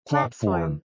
platform. .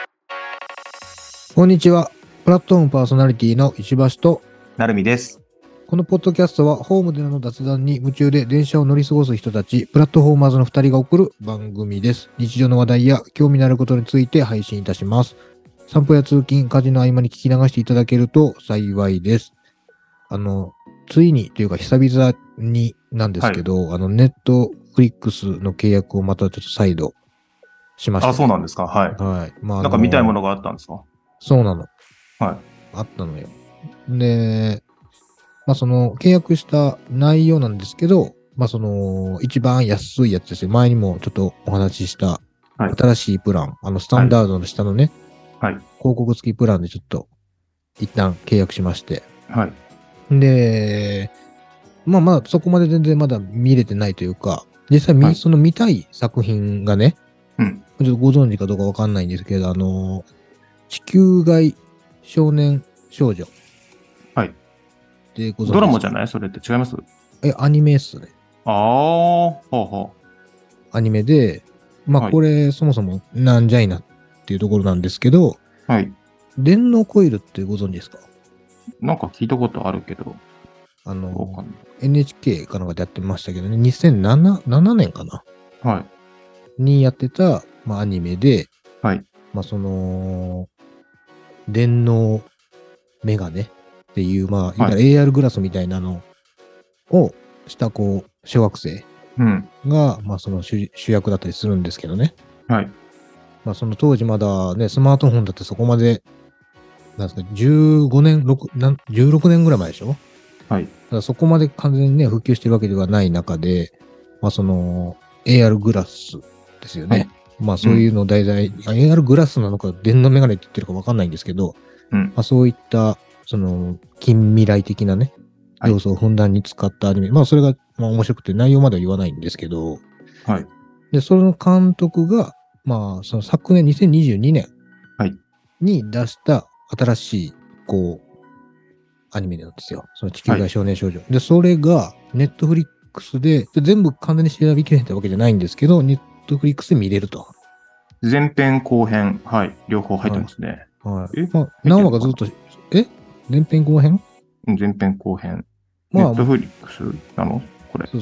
こんにちは。プラットフォームパーソナリティの石橋となるみです。 このポッドキャストはホームでの雑談に夢中で電車を乗り過ごす人たち、プラットフォーマーズの2人が送る番組です。日常の話題や興味のあることについて配信いたします。散歩や通勤、家事の合間に聞き流していただけると幸いです。ついにというか久々になんですけど、ネットフリックスの契約をまたちょっと再度しました、ね。 あ、そうなんですか。はい。 はい。まあ、 なんか見たいものがあったんですか？ そうなの。 はい。 あったのよ。で、まあその契約した内容なんですけど、まあその一番安いやつですよ。前にもちょっとお話しした新しいプラン、スタンダードの下のね、 はい。 広告付きプランでちょっと一旦契約しまして。 はい。 で、まあそこまで全然まだ見れてないというか、実際その見たい作品がね、ちょっとご存知かどうかわかんないんですけど、地球外少年少女。 はい。 でご存知ですか？ ドラマじゃない？それって違います？ アニメっすね。 ほうほう。 アニメで、まあこれそもそもなんじゃいなっていうところなんですけど、 はい。 電脳コイルってご存知ですか？ なんか聞いたことあるけど。 NHK かなんかでやってましたけどね、2007年かな、 はい。 にやってた、まあ、アニメで、 はい。 まあその、電脳メガネっていう、まあ、AR グラスみたいなのをしたこう、小学生が、まあその主役だったりするんですけどね。 はい。 まあその当時まだね、スマートフォンだってそこまで、なんですか、15年、16年ぐらい前でしょ？ はい。 だからそこまで完全にね、普及してるわけではない中で、まあその、AR グラスですよね。はい、まあそういうのを題材、AR グラスなのか、電脳メガネって言ってるかわかんないんですけど、まあそういった、その、近未来的なね、要素をふんだんに使ったアニメ。まあそれが、まあ面白くて内容までは言わないんですけど、 はい。 で、その監督が、まあその昨年2022年に出した新しい、こう、アニメなんですよ。その地球外少年少女。で、それが、ネットフリックスで、全部完全に調べきれないわけじゃないんですけど、ネットフリックスで見れると。 前編後編、はい。両方入ってますね。 はい。まあ、何話かずっと、前編後編？ 前編後編。ネットフリックスなのこれ。 そう。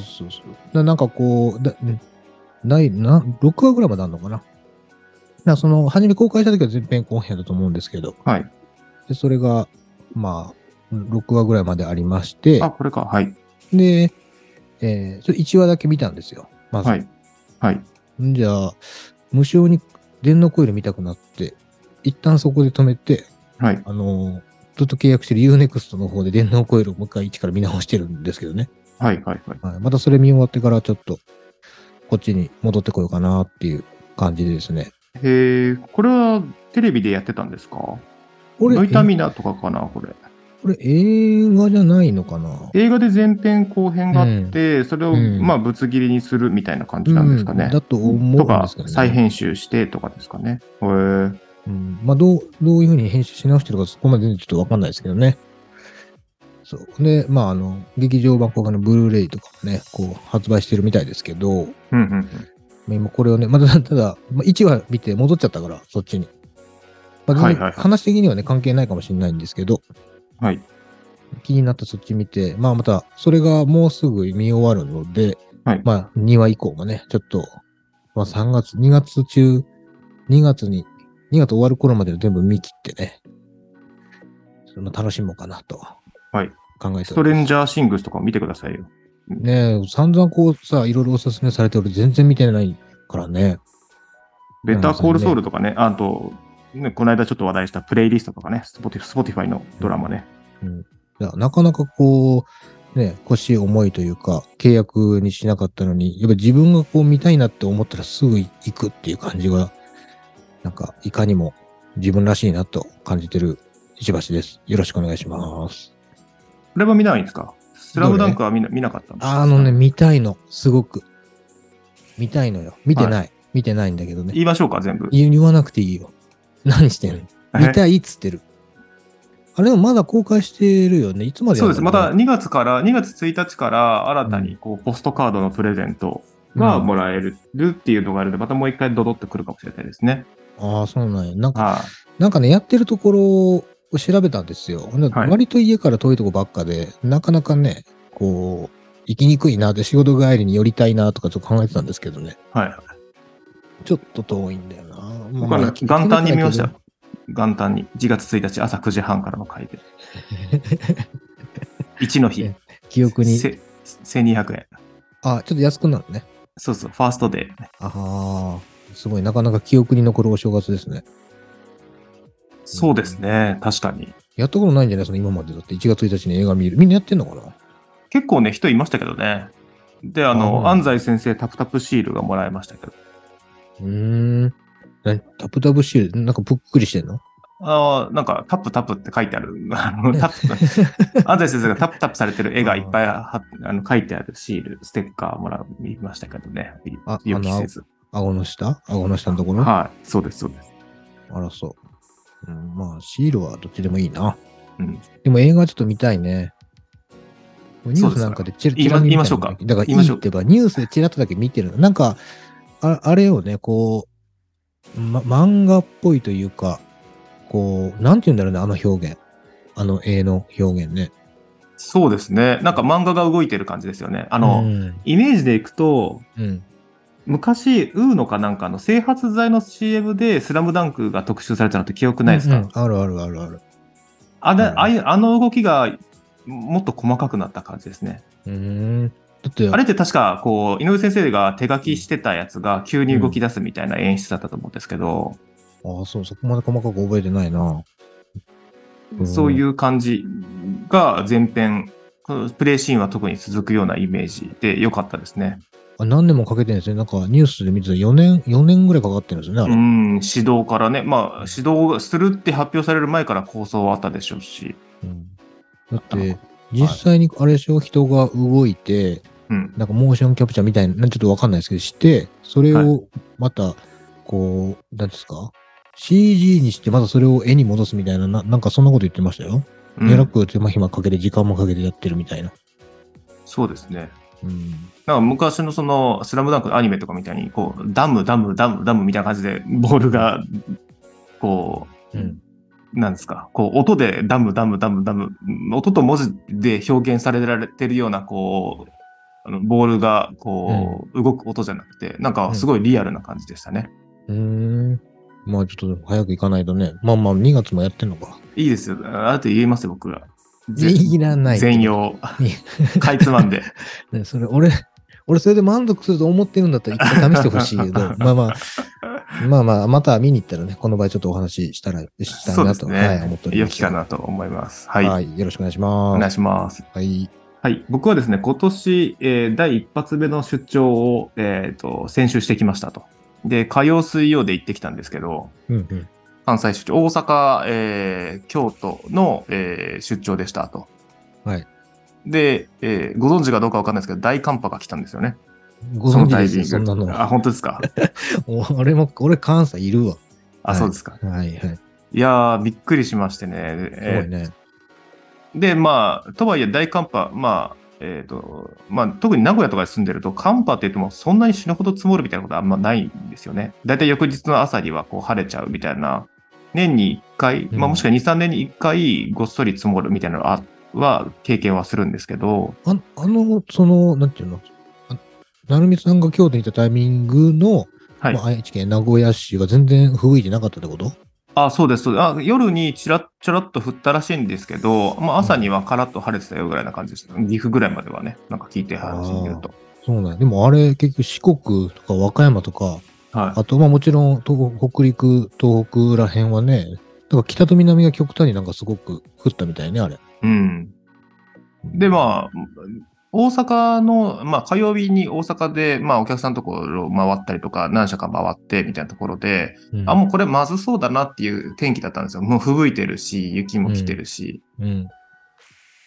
なんかこう、6話ぐらいまであるのかな。その、初め公開した時は前編後編だと思うんですけど、 はい。 で、それが、まあ、6話ぐらいまでありまして、 あ、これか。はい。 で、1話だけ見たんですよ。まず。 はい。はい。 じゃあ、無償に電脳コイル見たくなって、一旦そこで止めて、 はい。 ずっと契約してる Unext の方で電脳コイルをもう一回一から見直してるんですけどね。 はい。 またそれ見終わってからちょっと、こっちに戻ってこようかなっていう感じでですね。 へえ、これはテレビでやってたんですか？ノイタミナとかかなこれ。 これ映画じゃないのかな？ 映画で前編後編があって、それをまあぶつ切りにするみたいな感じなんですかね。 だと思うんですけどね。 とか再編集してとかですかね。へえ。 まあどういうふうに編集し直してるかそこまでちょっとわかんないですけどね。そう。で、まあ劇場版公開のブルーレイとかもね、こう発売してるみたいですけど、今これをね、ただ、1話見て戻っちゃったから、そっちに。話的にはね、関係ないかもしれないんですけど、 はい。 気になったそっち見て、また、それがもうすぐ見終わるので、 はい、 2話以降もね、ちょっと、2月終わる頃まで全部見切ってね、楽しもうかなと考えております。 ストレンジャーシングスとか見てくださいよ。 ねえ、散々こうさ、いろいろおすすめされて俺全然見てないからね。 ベターコールソウルとかね、あと、この間ちょっと話題したプレイリストとかね、Spotify のドラマね。 なかなかこう、ね、腰重いというか、契約にしなかったのに、やっぱ自分がこう見たいなって思ったらすぐ行くっていう感じが、なんか、いかにも自分らしいなと感じてる石橋です。よろしくお願いします。 これは見ないんですか？スラムダンクは見なかったんですか？ 見たいの。すごく。見たいのよ。見てない。見てないんだけどね。 言いましょうか、全部。 言わなくていいよ。 何してんの？見たいっつってる。あれもまだ公開してるよね。いつまでやそうです。 るんだろうね。 また2月1日から新たにこうポストカードのプレゼントがもらえるっていうのがあるので、またもう一回ドドッとくるかもしれないですね。 ああ、そうなんや。なんか、 はなんかね、やってるところを調べたんですよ。 はい割と家から遠いとこばっかで、なかなかね、こう、行きにくいなって仕事帰りに寄りたいなとかちょっと考えてたんですけどね。 い。はい。 ちょっと遠いんだよな。 僕はね、元旦に見ましたよ。元旦に。1月1日朝9時半からの回で。1の日。 記憶に。 1200円。 あ、ちょっと安くなるね。 そうそう、ファーストデー。 ああ、すごい、なかなか記憶に残るお正月ですね。 そうですね、確かに。 やったことないんじゃないその今までだって1月1日に映画見る。みんなやってんのかな？ 結構ね、人いましたけどね。で、安西先生タプタプシールがもらえましたけど。 タプタプシール、なんかぷっくりしてんの？ なんかタプタプって書いてある。安西先生がタプタプされてる絵がいっぱい書いてあるシール、ステッカーもらいましたけどね。予期せず。 顎の下のところ？ はい、そうです、そうです。 あら、そう。まあ、シールはどっちでもいいな。 うん。 でも映画はちょっと見たいね。ニュースなんかでチラチラ言いましょうか。 だからいいってば、ニュースでチラッとだけ見てる。なんか、あれをね、こう、漫画っぽいというか、こう、なんて言うんだろうね、あの表現。あの絵の表現ね。 そうですね。なんか漫画が動いてる感じですよね。イメージでいくと、昔、ウーノかなんかの整髪剤の CM でスラムダンクが特集されたのって記憶ないですか？ あるあるあるある。 あの動きがもっと細かくなった感じですね。 だってあれって確か、こう、井上先生が手書きしてたやつが急に動き出すみたいな演出だったと思うんですけど。 ああ、そう、そこまで細かく覚えてないな。 そういう感じが前編、プレイシーンは特に続くようなイメージで良かったですね。 何年もかけてるんですね。なんかニュースで見てたら4年ぐらいかかってるんですね、あれ。 指導からね、まあ、指導するって発表される前から構想はあったでしょうし。 だって、実際にあれでしょ、人が動いて、なんかモーションキャプチャーみたいな、ちょっとわかんないですけど、して、それをまた、こう、何ですか？ CG にしてまたそれを絵に戻すみたいな、なんかそんなこと言ってましたよ。えらく手間暇かけて時間もかけてやってるみたいな。 そうですね。なんか昔のそのスラムダンクのアニメとかみたいに、こう、ダムみたいな感じで、ボールが、こう、なんですか、こう、音でダム、音と文字で表現されられてるような、こう、ボールが、こう、動く音じゃなくて、なんかすごいリアルな感じでしたね。 まあちょっと早く行かないとね。まあ2月もやってんのか。 いいですよ。あと言えますよ、僕ら。 いらない。 全容。かいつまんで。 ね、俺それで満足すると思ってるんだったら一回試してほしいけど、また見に行ったらね、この場合ちょっとお話ししたいなと、思っております。 良きかなと思います。 はい。よろしくお願いします。 お願いします。 はい。 はい。僕はですね、今年、第一発目の出張を、先週してきましたと。で、火曜水曜で行ってきたんですけど、関西出張、大阪、京都の、出張でしたと。 はい。 で、ご存知かどうかわかんないですけど、大寒波が来たんですよね。 ご存知ですよ、そんなの。 あ、本当ですか？ 俺関西いるわ。 あ、そうですか。 はい。 いやー、びっくりしましてね。 すごいね。 で、まあ、とはいえ大寒波、特に名古屋とかに住んでると、寒波って言ってもそんなに死ぬほど積もるみたいなことはあんまないんですよね。だいたい翌日の朝にはこう晴れちゃうみたいな、年に1回、もしくは2、3年に1回ごっそり積もるみたいなのは経験はするんですけど。 なんていうの、成美さんが京都にいたタイミングの、愛知県名古屋市が全然吹雪いてなかったってこと？ そうです。夜にちらっと降ったらしいんですけど、朝にはカラッと晴れてたよぐらいな感じです。岐阜ぐらいまではね、なんか聞いて話によると。 そうなんでもあれ、結局四国とか和歌山とか、あともちろん北陸、東北ら辺はね、だから北と南が極端になんかすごく降ったみたいね、あれ。 で、大阪の、火曜日に大阪で、お客さんのところを回ったりとか、何社か回ってみたいなところで、もうこれまずそうだなっていう天気だったんですよ。もう吹雪いてるし、雪も来てるし。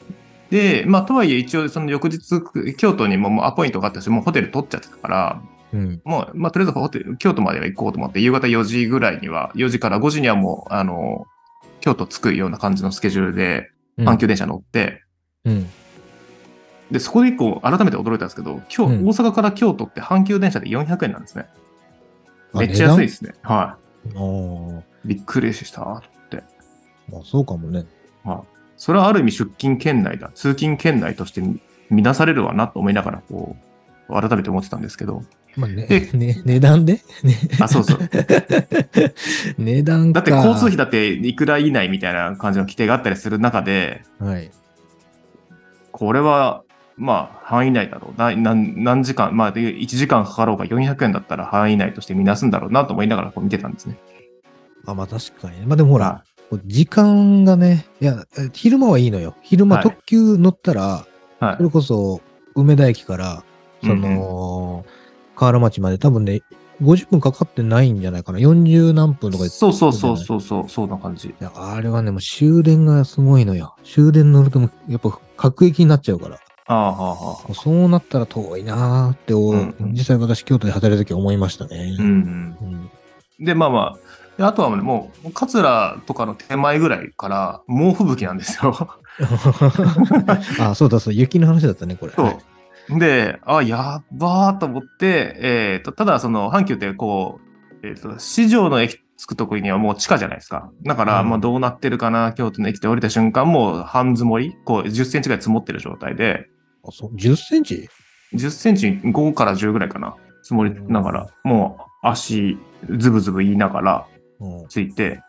で、とはいえ一応その翌日、京都にもうアポイントがあったし、もうホテル取っちゃってたから、 うん、 もう、まあ、とりあえずホテル、京都までは行こうと思って、夕方4時ぐらいには、4時から5時にはもう、京都着くような感じのスケジュールで、阪急電車乗って、 うん、 で、そこで一個改めて驚いたんですけど、今日、大阪から京都って阪急電車で400円なんですね。めっちゃ安いですね。はい。びっくりしたって。 そうかもね。 それはある意味出勤圏内だ、通勤圏内として見なされるわなと思いながら、こう、改めて思ってたんですけど。 まあ値段であ、そうそう。 値段か。 だって交通費だっていくら以内みたいな感じの規定があったりする中で、 はい。 これは、まあ、範囲内だろう。何時間、まあ、1時間かかろうが400円だったら範囲内として見なすんだろうなと思いながらこう見てたんですね。 まあ確かにね。まあでもほら、時間がね、いや、昼間はいいのよ。昼間特急乗ったら、 はい、 それこそ梅田駅から、河原町まで多分ね、50分かかってないんじゃないかな。40何分とかそう、そんな感じ。いや、あれはね、もう終電がすごいのよ。終電乗るともやっぱ各駅になっちゃうから。そうなったら遠いなーって、実際私京都で働いた時思いましたね。 で、まあまあ、あとはね、もう、桂とかの手前ぐらいから猛吹雪なんですよ。 そうだ、雪の話だったね、これ。 そう。で、やっばーと思って、ただ、阪急ってこう、四条の駅着くとこにはもう地下じゃないですか。だから、まあどうなってるかな、京都の駅で降りた瞬間、もう半積もり、こう10センチぐらい積もってる状態で。 10センチ ?10 センチ5から10ぐらいかな。積もりながら、もう足、ズブズブ言いながら、ついて、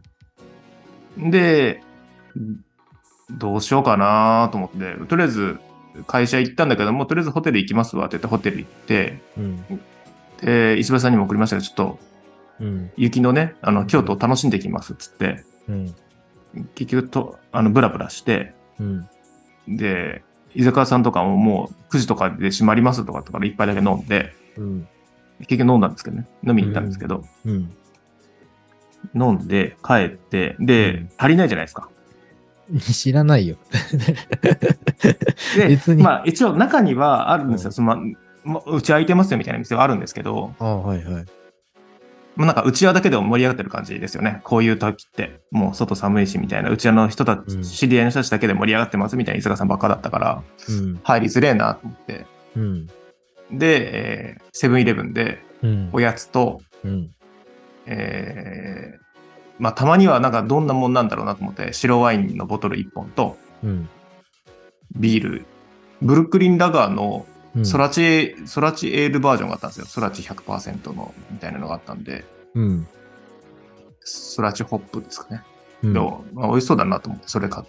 で、どうしようかなと思って、とりあえず会社行ったんだけども、とりあえずホテル行きますわって言ってホテル行って、で、石橋さんにも送りましたけど、ちょっと、雪のね、京都を楽しんできますっつって、結局ブラブラして、で、居酒屋さんとかももう9時とかで閉まりますとか一杯だけ飲んで、結局飲んだんですけどね、飲みに行ったんですけど、飲んで帰って、で、足りないじゃないですか。 知らないよ。 で、別にまあ一応中にはあるんですよ。うち空いてますよみたいな店はあるんですけど、なんか内輪だけでも盛り上がってる感じですよね。こういう時って、もう外寒いしみたいな、内輪の人たち、知り合いの人たちだけで盛り上がってますみたいな伊坂さんばっかだったから、入りづれえなと思って。で、セブンイレブンでおやつと、まあたまにはなんかどんなもんなんだろうなと思って白ワインのボトル1本と、ビールブルックリンラガーのソラチエールバージョンがあったんですよ。ソラチ 100% のみたいなのがあったんで、ソラチホップですかね。でも、まあ、美味しそうだなと思ってそれ買って、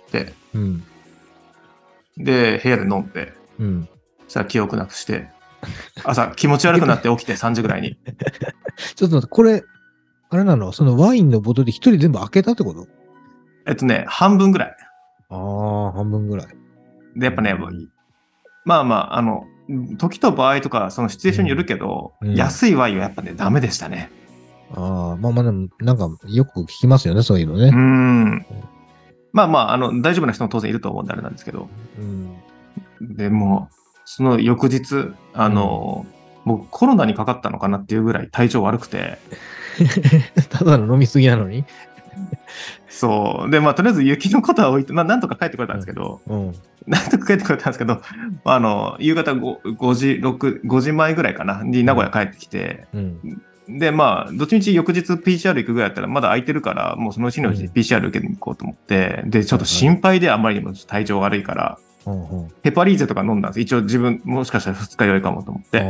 で部屋で飲んで、そしたら記憶なくして朝気持ち悪くなって起きて3時ぐらいにちょっと待って、これあれなの？そのワインのボトルで一人全部開けたってこと？ 半分ぐらい。 半分ぐらい。 で、やっぱね、まあ、時と場合とか、そのシチュエーションによるけど、安いワインはやっぱね、ダメでしたね。 まあでも、なんかよく聞きますよね、そういうのね。 まあ、大丈夫な人も当然いると思うんであれなんですけど。でも、その翌日、僕コロナにかかったのかなっていうぐらい体調悪くて。 ただの飲みすぎなのにそう。で、まあ、とりあえず雪のことは置いて、まあ、なんとか帰ってこれたんですけど、なんとか帰ってこれたんですけど、夕方5時前ぐらいかな、に名古屋帰ってきて、で、まあ、どっちみち翌日 PCR 行くぐらいだったらまだ空いてるから、もうそのうちのうちに PCR 受けに行こうと思って、で、ちょっと心配であまりにも体調悪いから、ヘパリーゼとか飲んだんです。一応自分、もしかしたら二日酔いかもと思って。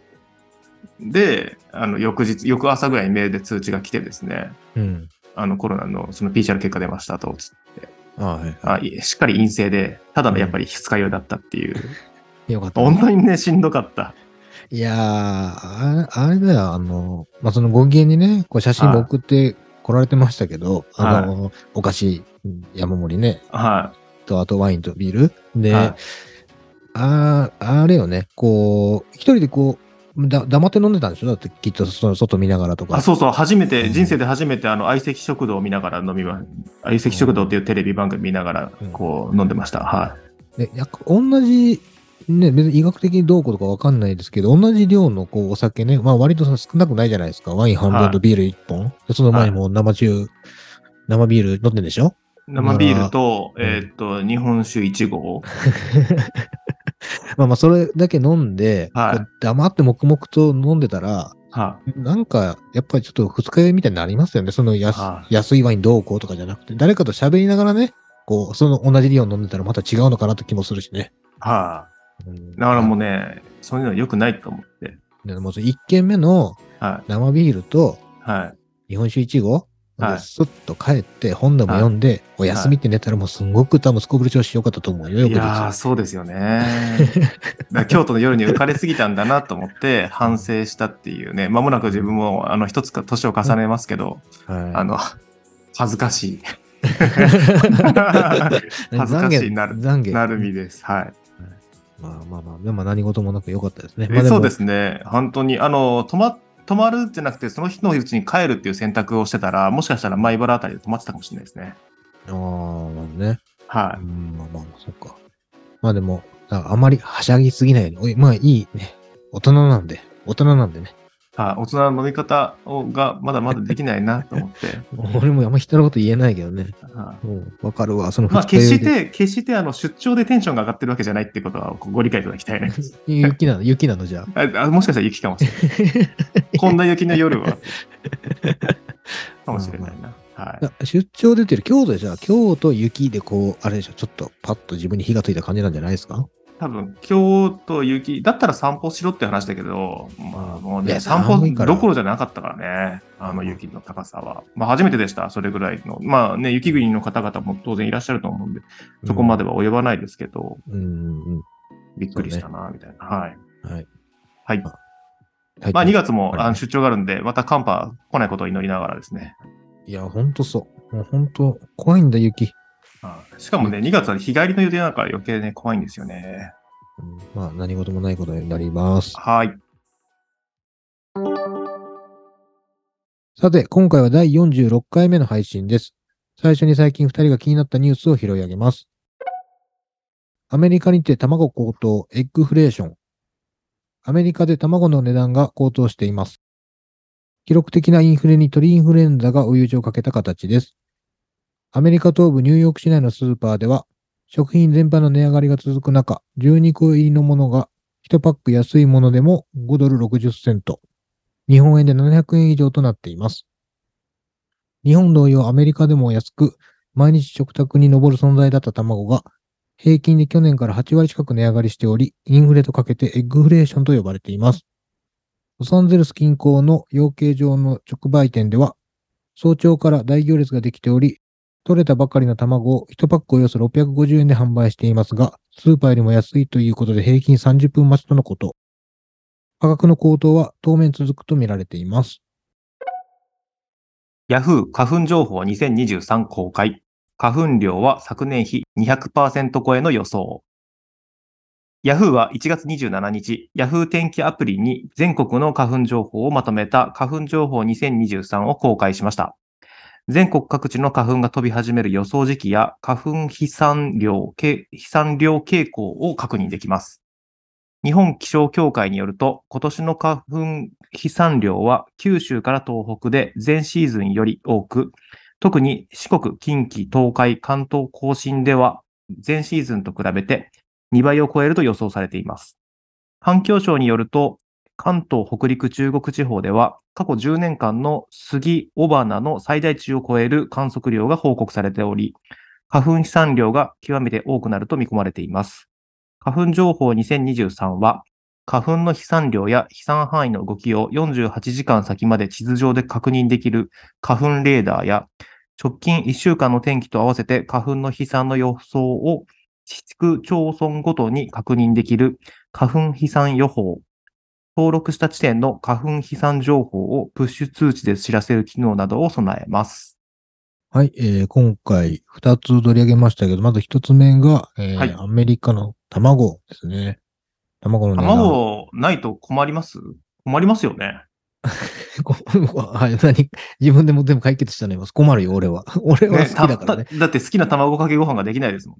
で、翌朝ぐらいにメールで通知が来てですね、コロナのその PCR 結果出ましたと、つって。しっかり陰性で、ただのやっぱり二日酔いだったっていう。 よかった。 本当にね、しんどかった。 いやー、あれだよ、まあ、そのご機嫌にね、こう写真も送って来られてましたけど、お菓子、山盛りね。あとワインとビール。で、あれよね、こう、一人でこう、黙って飲んでたんでしょ？だってきっとその外見ながらとか。 そうそう、人生で初めて相席食堂を見ながら飲みます。相席食堂っていうテレビ番組見ながら、こう飲んでました。 同じね、別に医学的にどうこうとかわかんないですけど、同じ量のお酒ね、まあ割と少なくないじゃないですか。ワイン半分とビール1本。でその前にも生ビール飲んでんでしょ。 生ビールと、日本酒1合。 まあそれだけ飲んで、黙って黙々と飲んでたら、なんか、やっぱりちょっと二日酔いみたいになりますよね。その安いワインどうこうとかじゃなくて、誰かと喋りながらね、その同じ量飲んでたらまた違うのかなって気もするしね。 だからもうね、そういうの良くないと思って。 もう1軒目の生ビールと日本酒1合でスッと帰って本でも読んでお休みって寝たらもうすんごく多分すこぶる調子良かったと思うよ。 いやー、そうですよね。京都の夜に浮かれすぎたんだなと思って反省したっていうね、間もなく自分も一つ年を重ねますけど、恥ずかしい。恥ずかしいなるみです。はい。 まあ、でも何事もなく良かったですね。 そうですね。本当に、泊まるじゃなくて、その日のうちに帰るっていう選択をしてたら、もしかしたら米原あたりで泊まってたかもしれないですね。 ああ、ね。 はい。 まあ、そっか。まあでも、あまりはしゃぎすぎないように。まあいいね。大人なんでね。 大人の飲み方がまだまだできないなと思って。 俺もあんま人のこと言えないけどね。わかるわ。その決して出張でテンションが上がってるわけじゃないってことはご理解いただきたいね。 雪なのじゃあ。もしかしたら雪かもしれない。こんな雪の夜は。かもしれないな。 出張出てる京都で京都雪であれでしょ、ちょっとパッと自分に火がついた感じなんじゃないですか。 多分、京都雪、だったら散歩しろって話だけど、もうね、散歩どころじゃなかったからね、雪の高さは。初めてでした、それぐらいの。雪国の方々も当然いらっしゃると思うんで、そこまでは及ばないですけど、びっくりしたな、みたいな。はい。2月も出張があるんで、また寒波来ないことを祈りながらですね。 いや、ほんとそう。もうほんと、怖いんだ、雪。 しかもね、2月は日帰りの予定だから余計ね、怖いんですよね。 何事もないことになります。 はい。 さて、今回は第46回目の配信です。最初に最近2人が気になったニュースを拾い上げます。アメリカにて卵高騰、エッグフレーション。アメリカで卵の値段が高騰しています。記録的なインフレに鳥インフルエンザが追い打ちをかけた形です。アメリカ東部ニューヨーク市内のスーパーでは、食品全般の値上がりが続く中、12個入りのものが1パック安いものでも5ドル60セント、日本円で700円以上となっています。日本同様アメリカでも安く、毎日食卓に上る存在だった卵が、平均で去年から8割近く値上がりしており、インフレとかけてエッグフレーションと呼ばれています。ロサンゼルス近郊の養鶏場の直売店では、早朝から大行列ができており、取れたばかりの卵を1パックおよそ650円で販売していますが、スーパーよりも安いということで平均30分待ちとのこと。価格の高騰は当面続くと見られています。 ヤフー花粉情報2023公開。花粉量は昨年比 200% 超えの予想。ヤフーは1月27日、ヤフー天気アプリに全国の花粉情報をまとめた花粉情報2023を公開しました。全国各地の花粉が飛び始める予想時期や花粉飛散量傾向を確認できます。日本気象協会によると、今年の花粉飛散量は九州から東北で前シーズンより多く、特に四国、近畿、東海、関東甲信では前シーズンと比べて2倍を超えると予想されています。環境省によると、関東、北陸、中国地方では過去10年間の杉、雄花の最大値を超える観測量が報告されており、花粉飛散量が極めて多くなると見込まれています。花粉情報2023は、花粉の飛散量や飛散範囲の動きを48時間先まで地図上で確認できる花粉レーダーや、直近1週間の天気と合わせて花粉の飛散の予想を地区町村ごとに確認できる花粉飛散予報、登録した地点の花粉飛散情報をプッシュ通知で知らせる機能などを備えます。 はい、今回2つ取り上げましたけど、まず1つ目が、アメリカの卵ですね。卵の値段。 卵ないと困りますよね。 自分でも解決したのよ。困るよ、俺は。俺は好きだからね。 だって好きな卵かけご飯ができないですもんね。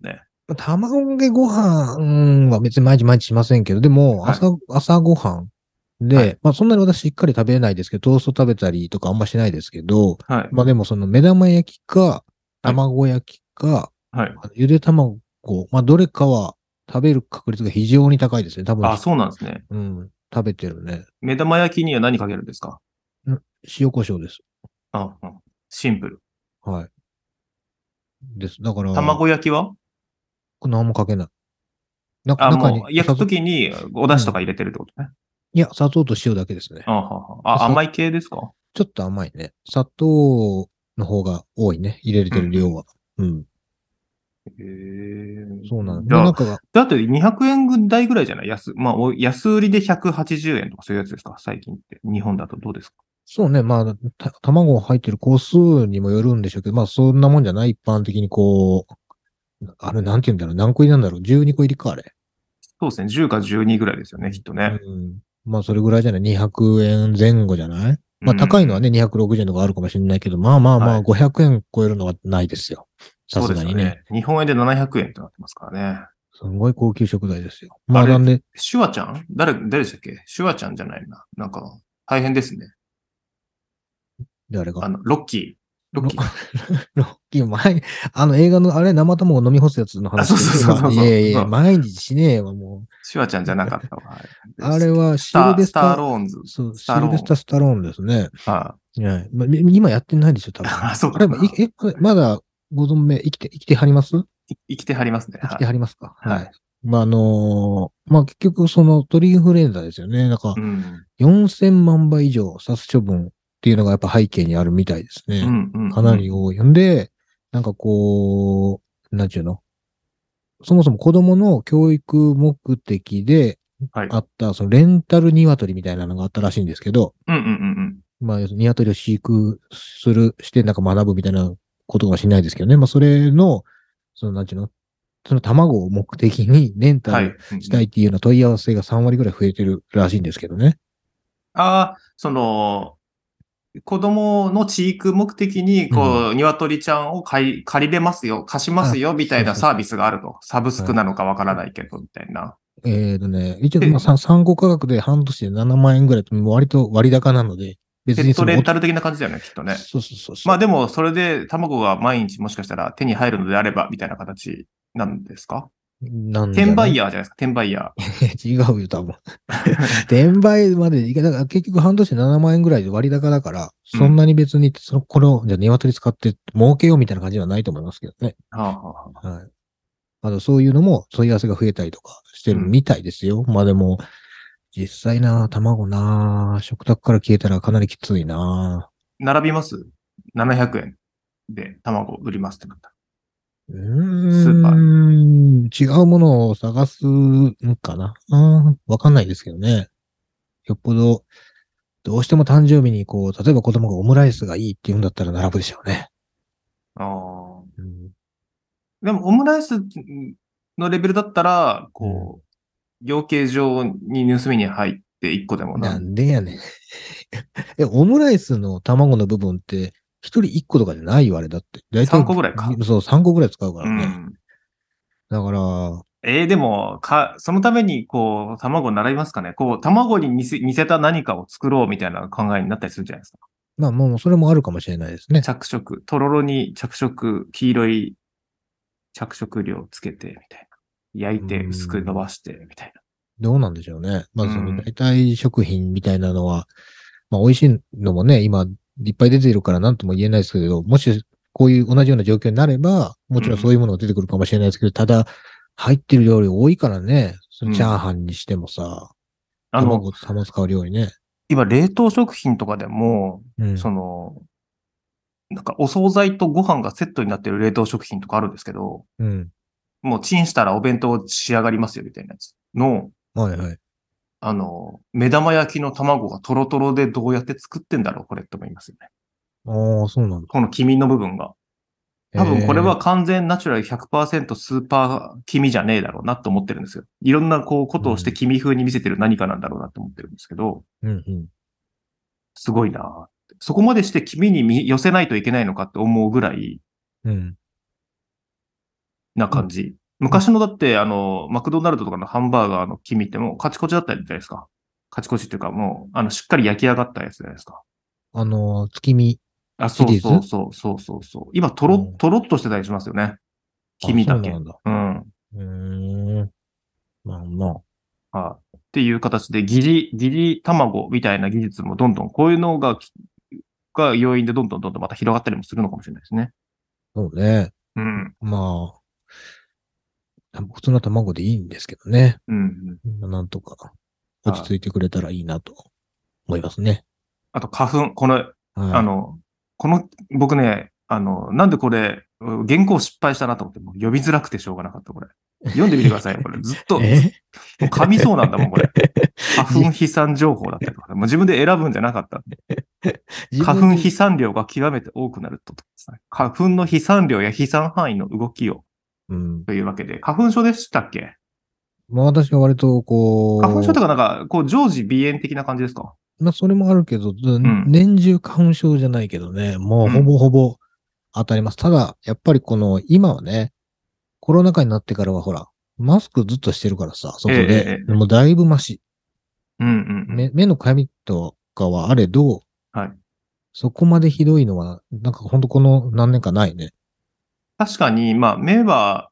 卵かけご飯は別に毎日毎日しませんけど、でもはい。 朝ご飯はい。 で、まあそんなに私しっかり食べれないですけど、トースト食べたりとかあんましないですけど、 はい。 まあでもその目玉焼きか、 はい。 卵焼きか、 はい。 ゆで卵、まあどれかは食べる確率が非常に高いですね。多分あ、そうなんですね。 うん、食べてるね。 目玉焼きには何かけるんですか？ 塩コショウです。 あ、うん。シンプル。 はい。です。だから、 卵焼きは？ 何もかけない。 あ、 中に、 もう焼くときにお出うん。 汁とか入れてるってことね。 いや、砂糖と塩だけですね。 あはは。あ、 さ、 甘い系ですか？ ちょっと甘いね。砂糖の方が多いね。入れてる量うんは。うん。 うん。へえ。 そうなの。で、 じゃあ、だって200円台ぐらいじゃない？まあ、安売りで180円とかそういうやつですか最近って。日本だとどうですか？ そうね。まあ、卵入ってる個数にもよるんでしょうけど、まあ、そんなもんじゃない。一般的にあれ、なんて言うんだろう。何個入りなんだろう。12個入りか、あれ。 そうですね。10か12ぐらいですよね、きうん。 っとね。 うん。まあ、それぐらいじゃない。200円前後じゃない。 うんまあ、高いのはね、 うん。 260円とかあるかもしれないけど、まあまあまあ、 はい。 500円超えるのはないですよ。さそうですがにね。 すよね。日本円で700円となってますからね。 すごい高級食材ですよ。まあ、なあれ、 んで、 シュワちゃん誰でしたっけ？シュワちゃんじゃないな。なんか、大変ですね。 誰がロッキー。ロッロ、 キーか。 ロッキー前、映画の、あれ、生卵飲み干すやつのあ、 話そうそうそうしてる今、 そうそう。 いやいや、 そう。 毎日しねえわ、もシュワちゃんじゃなかったわ。あれでしたっけ？ あれはスターローンズ。 そう、 スターローン。 スタローンですね。 あはい。今やってないでしょ、多分。 あ、そうあれ、 かな。 まだご存命、生きてはります生きてはりますね。 生きてはい。 はりますか？はい。 はい。 まあ、まあ、結局、その鳥インフルエンザですよね。なんか、 うん。 4000万羽以上殺処分っていうのがやっぱ背景にあるみたいですね。 うん、うん、 かうん。 なり多い。んで、なんかなんちゅうのそもそも子供の教育目的ではい。 あった、そのレンタル鶏みたいなのがあったらしいんですけど、 うん、うん、うん、 まあ、鶏を飼育してなんか学ぶみたいなことかもしれないですけどね。まあ、それの、なんちゅうのその卵を目的にレンタルはい。うん、うしたいっん。 ていうような問い合わせが3割ぐらい増えてるらしいんですけどね。 ああ、子供の飼育目的に、 うん。 鶏ちゃんを借りれますよ、貸しますあ、 よ、みたいなサービそうそうそう。 スがあると。サブスクはい。 なのかわからないけど、みたいな。 一応、まあ、 で、 参考価格で半年で7万円ぐらいと、もう割と割高なので、別にペットレンタル的な感じだよね、きっとね。 そうそうそうそまあでも、それで卵が毎日もしかしたら手に入るのであれば、みたいな形なんですか？ う。なんじ転ゃない売ヤーじゃないですか、転売ヤ違うよ、多分。 ー。 転売までいけ、だから結局半年7万円ぐらいで割高だから、 うん。 そんなに別に、これを、じゃあ鶏使って儲けようみたいな感じではないと思いますけどね。 はあ、はあはあ、 はい。あと、そういうのも問い合わせが増えたりとかしてうん。 るみたいですよ。まあでも、実際な、卵な、食卓から消えたらかなりきついな。 並びます？ 700 円で卵売りますってなったら。 うスーパーに。 違うものを探すんかな。わかんないですけどね。よっぽど、どうしても誕生日に例えば子供がオムライスがいいって言うんだったら並ぶでしょうね。 ああ。 うん。 でも、オムライスのレベルだったら、 うん。 養鶏場に盗みに入って1個でもなんでやねん。オムライスの卵の部分って、一人一個とかじゃないよ、あれだって。だいた 3 い、 個ぐらいか。 そう、3個ぐらい使うからね。 うん。 だから、 でも、そのために、卵並びますかね？卵に似せた何かを作ろうみたいな考えになったりするじゃないですか。 まあもうそれもあるかもしれないですね。 着色、とろろに着色、黄色い着色料つけて、みたいな。焼うーいて薄く伸ん。 ばして、みたいどうなんでしょうね。まな。うずそのん。 代替食品みたいなのは、まあ美味しいのもね、今いっぱい出ているから何とも言えないですけど、もしこういう同じような状況になれば、もちろんそういううん。 ものが出てくるかもしれないですけど、ただ、入ってる料理多いからね、そのチャーうん。 ハンにしてもさ、 あの、 卵使う料理ね。 今、冷凍食品とかでも、 うん、 その、なんかお惣菜とご飯がセットになってる冷凍食品とかあるんですけど、 うん。 もうチンしたらお弁当仕上がりますよみたいなやつの、 はいはい。 目玉焼きの卵がトロトロでどうやって作ってんだろうこれって思いますよね。 ああ、そうなんだ。 この黄身の部分が。多分これはええ完全ナチュラル100%スーパー黄身じゃねえだろうなと思ってるんですよ。いろんなことをしてうん、 黄身風に見せてる何かなんだろうなと思ってるんですけど、 うん、うん。 すごいなって。そこまでして黄身に寄せないといけないのかって思うぐらいうん。 な感じ。 昔のだって、マクドナルドとかのハンバーガーの黄身ってもうカチコチだったじゃないですか。カチコチっていうかもう、しっかり焼き上がったやつじゃないですか。 月見あ、そうシリーズ。 そうそうそうそうそう。今、 うん。 とろっとしてたりしますよね。黄あ、 身だけ。 そうなんだ。 うん。 うーん。まあまあ。 っていう形で、疑似卵みたいな技術もどんどん、こういうのが要因でどんどんまた広がったりもするのかもしれないですね。 そうね。 うん。 まあ、普通の卵でいいんですけどね。 うん。 まあなんとか落ちはい。 着いてくれたらいいなと思いますね。 あと花粉、 はい。 あの、僕ね、なんでこれ、原稿失敗したなと思って、もう読みづらくてしょうがなかった、これ。読んでみてくださいよ、これ。 えもう噛みそうなんだもん、これ。花粉じ、 飛散情報だったりとか、もう自分で選ぶんじゃなかった。花粉自分で、 飛散量が極めて多くなると。花粉の飛散量や飛散範囲の動きをうん。 というわけで、花粉症でしたっけ？ まあ私は割と花粉症とこかなんか、こう、常時鼻炎的な感じですか？ まあそれもあるけど、 うん。 年中花粉症じゃないけどね、もうほうん。 ぼほぼ当たります。ただ、やっぱり今はね、コロナ禍になってからはほら、マスクずっとしてるからさ、 ええ、え外で。 え、ええ。 もうだいぶマシ。 うん、うん、うん。 目のかゆみとかはあれど、 はい。 そこまでひどいのは、なんかほんとこの何年かないね。 確かに、まあ、目は、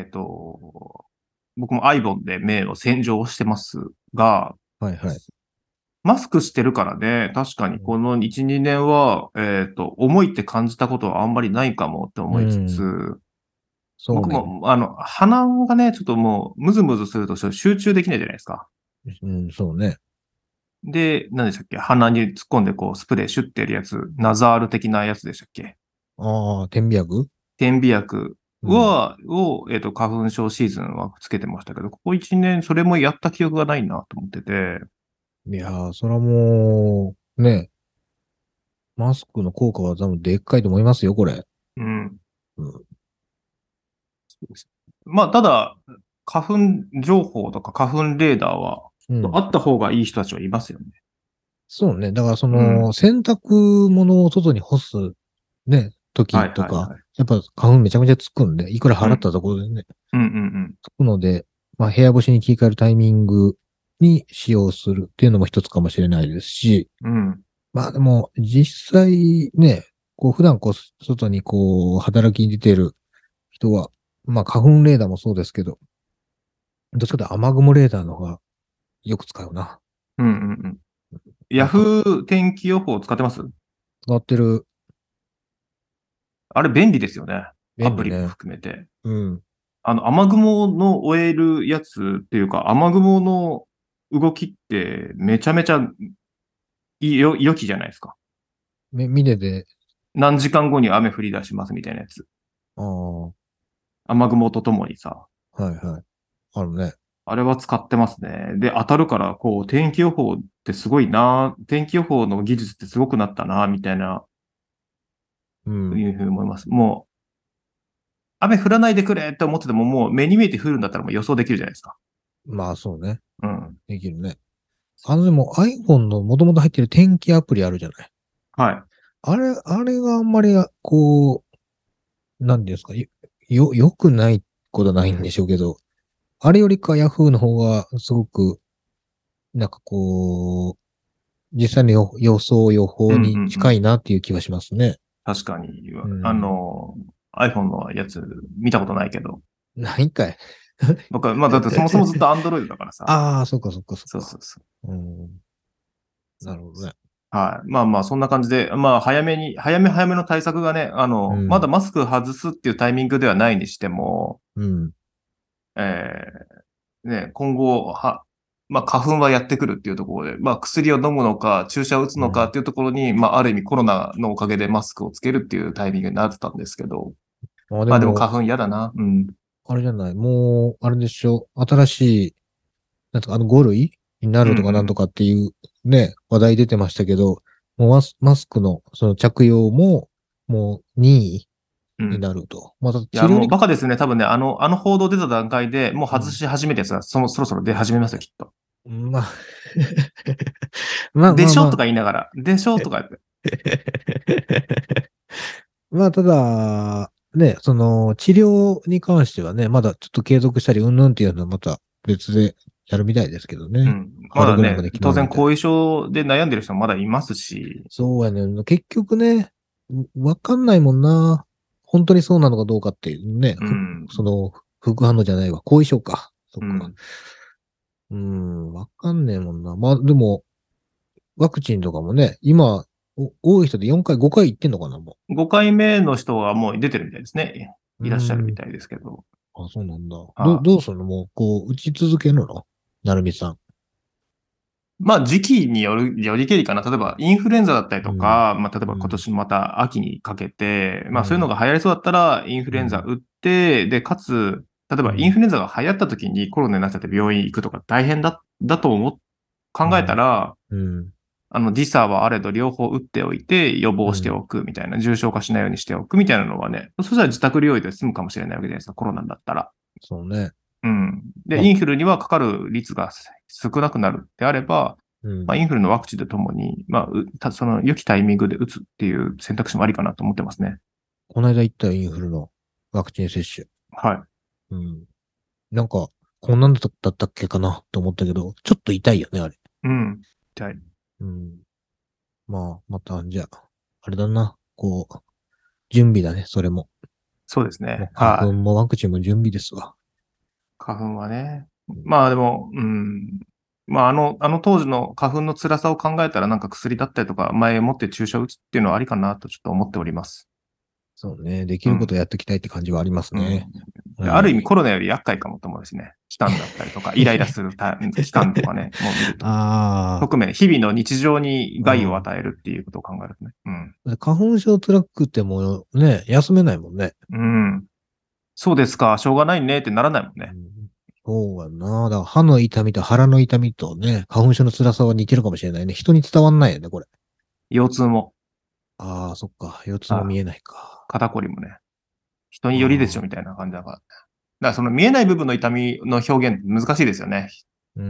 僕もアイボンで目を洗浄してますが、 はいはい。 マスクしてるからね、確かにうん。 この1、2年は、重いって感じたことはあんまりないかもって思いつつ、 そうね。 僕も、鼻がね、ちょっともう、ムズムズすると集中できないじゃないですか。 うん、そうね。 で、何でしたっけ？鼻に突っ込んでこう、スプレーシュッてやるやつ、ナザール的なやつでしたっけ？ ああ、点鼻薬。 点鼻薬うん。 花粉症シーズンはつけてましたけど、ここ1年それもやった記憶がないなと思ってて、 いやー、それはもう、ね、マスクの効果は多分でっかいと思いますよ、これ。 うん。 うん。 まあ、ただ、花粉情報とか花粉レーダーは、 うん。 あった方がいい人たちはいますよね。 そうね。だからうん。 洗濯物を外に干す、ね、 はい時とか、 はいはい。 やっぱ花粉めちゃめちゃつくんで、いくらうん。 払ったところでね、 うんうんつくので、まあ部屋干しに切り替えるタイミングに使用するっていうのも一つかもしれないですし、 うん。うん。 まあでも実際ね、普段外に働きに出てる人は、まあ花粉レーダーもそうですけど、どっちかというと雨雲レーダーの方がよく使うな。 うんうんうん。ヤなんか、 フー天気予報使ってます？ 使ってるあれ便利ですよね。アプリも便利ね。 含めて。 うん。 雨雲の追えるやつっていうか、雨雲の動きってめちゃめちゃ良きじゃないですか。 ミネで、 何時間後に雨降り出しますみたいなやつ。 ああ、は雨雲とともにさ。 いはい。あるね。 あれは使ってますね。で、当たるから、天気予報ってすごいな、天気予報の技術ってすごくなったな、みたいな、 うん。 いうふうに思います。もう、雨降らないでくれって思ってても、もう目に見えて降るんだったらもう予想できるじゃないですか。 まあそうね。 うん。 できるね。でも iPhone の元々入ってる天気アプリあるじゃない。 はい。 あれがあんまり、なんていうんですか、良くないことはないんでしょうけど、あれよりか Yahoo の方がすごく、なんか実際の予うんうんう報に近ん。 いなっていう気はしますね。 確かに、 うん。 iPhone のやつ見たことないけど。 ないんかい。 僕は、まあだってそもそもずっと Android だからさ。 ああ、そっかそっかそっか。 そうそうそう。 うん。 そうなるほどね。 はい。まあまあ、そんな感じで、まあ、早めの対策がね、まだうん。 マスク外すっていうタイミングではないにしても、 うん。 え今後、まあ、花粉はやってくるっていうところで、まあ、薬を飲むのか、注射を打つうん。 のかっていうところに、まあ、ある意味コロナのおかげでマスクをつけるっていうタイミングになってたんですけど、まあ、でもあ、でも、 花粉嫌だな。うん。 あれじゃない。もう、あれでしょ。新しい、なんとか5類になうんうるとかなんとん。 かっていうね、話題出てましたけど、もうマスクのその着用も、もう任意にうん。 なると。またいや、もう治療に、 バカですね。多分ね、あの報道出た段階でもううん。 外し始めたやつがそろそろ出始めますよ、きっと。 まあ、まあでしょとまあまあ。 か言いながら、でしょとか言って。 まあ、ただ、 ね、その、治療に関してはね、まだちょっと継続したり、うんぬんっていうのはまた別でやるみたいですけどね。 まだね、 ハードグラムで決ま当然るみたいな。 後遺症で悩んでる人もまだいますし、 そうやね。結局ね、わかんないもんな。本当にそうなのかどうかっていうね。 うん、 その、副反応じゃないわ。後遺症か。そっか。 うん。 わかんねえもんな。まあ、でも、ワクチンとかもね、今、多い人で4回、5回行ってんのかな、も 5回目の人はもう出てるみたいですね。 う。 いらっしゃるみたいですけど。 あ、そうなんだ。 はどうするのもう、こう、打ち続けるのなるみさん。 まあ時期によりけりかな。例えばインフルエンザだったりうん。 とか、まあ例えば今うん。 年また秋にかけて、まあそういうのうん。 が流行りそうだったらインフルエンザうん。 打って、で、かつ、例えばインうん。 フルエンザが流行った時にコロナになっちゃって病院行くとか大変だと考えたうん。 ら、 うん。 時差はあれど両方打っておいて予防してうん。 おくみたいな、重症化しないようにしておくみたいなのはね、そしたら自宅療養で済むかもしれないわけじゃないですか、コロナだったら。 そうね。 うん。で、 あ、 インフルにはかかる率が少なくなるってあれば、まあ、 うん。 インフルのワクチンとともに、まあ、その良きタイミングで打つっていう選択肢もありかなと思ってますね。 この間行ったよ、インフルのワクチン接種。 はい。 うん。なんか、こんなんだったっけかなと思ったけど、ちょっと痛いよね、あれ。 うん。じゃあ、 うん。まあ、また、じゃあ、あれだな。こう、準備だね、それも。 そうですね。 もう花はい。 粉もワクチンも準備ですわ。 花粉はね。まあでも、まああの当時の花粉の辛さを考えたらなんか薬だったりとか、前もって注射打つっていうのはありかなとちょっと思っております。 そうね。できることうん。 やっていきたいって感じはありますうん。 ね。 である意味はい。 コロナより厄介かもと思うしね。期間だったりとか、イライラする期間とかね、もう見ると。 あ側面、日々の日常に害をあ、 与えるっていうことを考えるとね。 うん。花粉症辛くてもね、休めないもんね。 うん。うん。そうですか、しょうがないねってならないもんね。 うん、そうやな。だから歯の痛みと腹の痛みとね、花粉症の辛さは似てるかもしれないね。人に伝わんないよね、これ。 腰痛も、 ああ、そっか。腰痛もあ、 見えないか。 肩こりもね、人によりでしょああ、 みたいな感じだから。だからその見えない部分の痛みの表現って難しいですよね。 うん。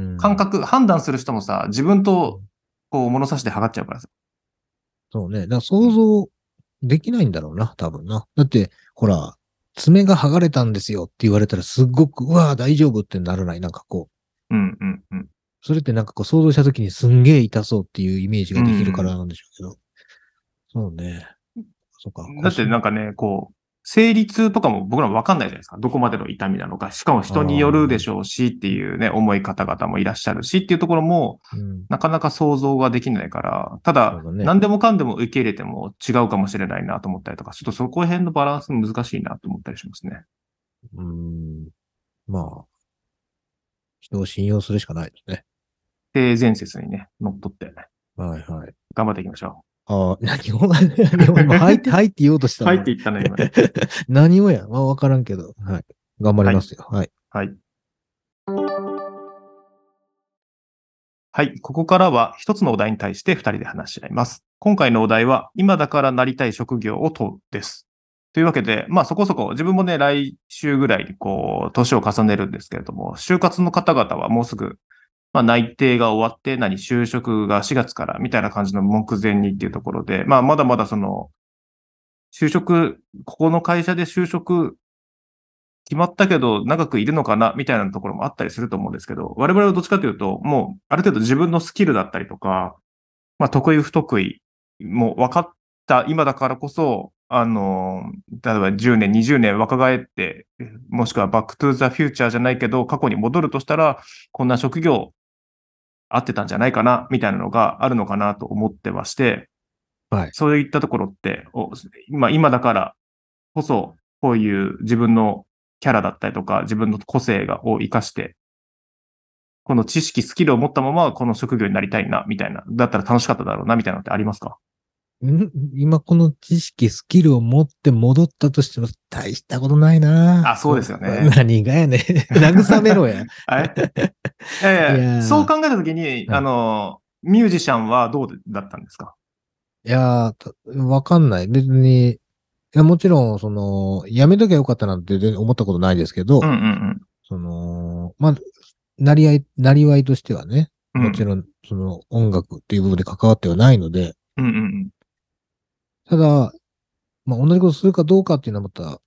感覚、判断する人もさ、自分とこう物差しで測っちゃうからさ。 そうね。だから想像できないんだろうな、多分な。だって、ほら、爪が剥がれたんですよって言われたらすっごく、うわー大丈夫ってならない。なんかこう、 うんうんうん。 それってなんかこう想像した時にすんげえ痛そうっていうイメージうができるからん。 なんでしょうけど。そうね。そっか、 だってなんかね、こう、生理痛とかも僕らもわかんないじゃないですか。どこまでの痛みなのか。しかもあ人によるであ、 しょうしっていうね、思い方々もいらっしゃるしっていうところも、 うん。 なかなか想像ができないから、ただ、 そうだね。 何でもかんでも受け入れても違うかもしれないなと思ったりとか、ちょっとそこら辺のバランス難しいなと思ったりしますね。 うん。まあ、人を信用するしかないですね。 性善説にね、乗っ取ってはいはい。 頑張っていきましょああ、何を、 う。 何を今、はいって言おうとしたのに。 はいって言ったね、今ね。 何をや、まあ、わからんけど。はい。頑張りはい。 ますよ。はい。 はい。はい。ここからは一つのお題に対して二人で話し合います。今回のお題は、今だからなりたい職業を問うです。というわけで、まあそこそこ自分もね、来週ぐらいにこう、年を重ねるんですけれども、就活の方々はもうすぐ、まあ内定が終わって、就職が4月からみたいな感じの目前にっていうところで、まあまだまだその、ここの会社で就職決まったけど長くいるのかなみたいなところもあったりすると思うんですけど、我々はどっちかというと、もうある程度自分のスキルだったりとか、まあ得意不得意も分かった今だからこそ、例えば10年、20年若返って、もしくはバックトゥーザフューチャーじゃないけど、過去に戻るとしたら、こんな職業合ってたんじゃないかな、みたいなのがあるのかなと思ってまして、 はい。 そういったところって、今だからこそ、こういう自分のキャラだったりとか、自分の個性を活かして、この知識、スキルを持ったまま、この職業になりたいな、みたいな。だったら楽しかっただろうな、みたいなのってありますか？ 今この知識、スキルを持って戻ったとしても大したことないな。 あ、そうですよね。 何がやねん。慰めろや。 あれいやいいや、そうや考えたときに、 ー、はい。 ミュージシャンはどうだったんですか？ いやわかんない。別に、いや、もちろん、その、やめときゃよかったなんて全然思ったことないですけど、 うんうんその、まあ、なりわいとしてはね、 うん。うん。 もちろん、その音楽っていう部分で関わってはないので、 うんうんただ、まあ、同じことするかどうかっていうのはまた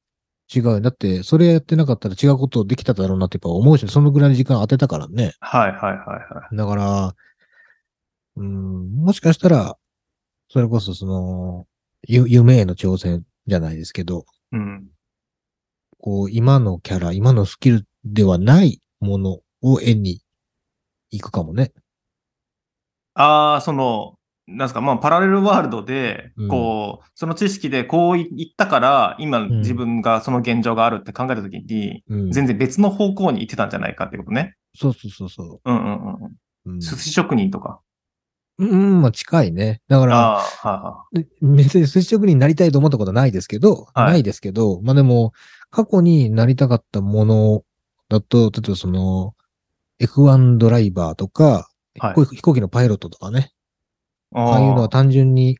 違う。だって、それやってなかったら違うことできただろうなってやっぱ思うし、そのぐらいの時間当てたからね。 はいはいはいはい。 だから、もしかしたら、それこそ夢への挑戦じゃないですけど、 うん。 こう、今のキャラ、今のスキルではないものを絵に行くかもね。 ああ、なんですか、まあ、パラレルワールドで、 うん。 その知識でこう言ったから、今うん。 自分がその現状があるって考えたときに、 うん。 全然別の方向に行ってたんじゃないかっていうことね。 そうそうそうそうんうんうんうん。 う。うん。 寿司職人とか。 まあ近いね。だから、 ああ、は別に寿司職人になりたいと思ったことはないですけど、 いはい。はい。 まあでも、過去になりたかったものだと、例えばF1 ドライバーとか、 はい。 飛行機のパイロットとかね、ああいうのはあ単純に、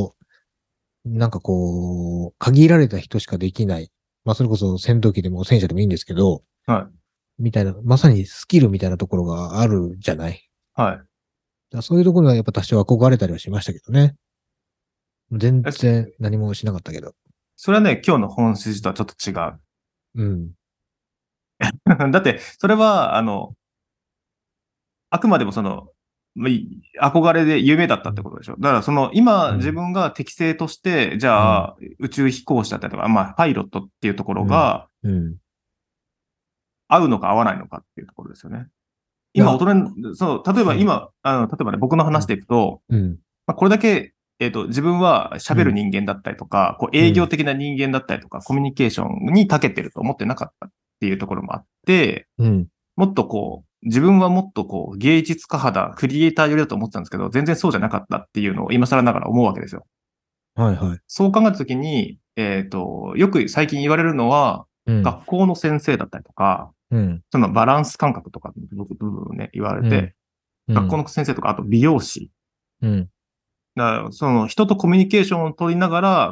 限られた人しかできない。まあそれこそ戦闘機でも戦車でもいいんですけど、 あ、はい。 みたいな、まさにスキルみたいなところがあるじゃない。 はい。 だからそういうところにはやっぱ多少憧れたりはしましたけどね。全え、 然何もしなかったけど。 それはね、今日の本筋とはちょっと違う。 うん。 だって、それは、あくまでもま憧れで夢だったってことでしょ。だから今自うん。 分が適正として、じうん。 ゃあ宇宙飛行士だったりとか、まあパイロットっていうところうん。 がうん。 合うのか合わないのかっていうところですよね。今、大いや、 人に、例えばうん。 今、例えばね、僕の話うん。 でいくと、 うん。 まあ、これだけ、自分は喋るうん。 人間だったりとか、営業うん。 的な人間だったりとか、コミュニケーションに長けてると思ってなかったっていうところもあって、 うん。 もっと自分はもっと芸術家肌、クリエイター寄りだと思ってたんですけど、全然そうじゃなかったっていうのを今更ながら思うわけですよ。 はいはい。 そう考えたときに、よく最近言われるのは、 うん。 学校の先生だったりとか、 うん。 そのバランス感覚とか部分をね、言われうん。 て、学校うん。 の先生とか、あと美容師。 うん。 だからその人とコミュニケーションを取りながら、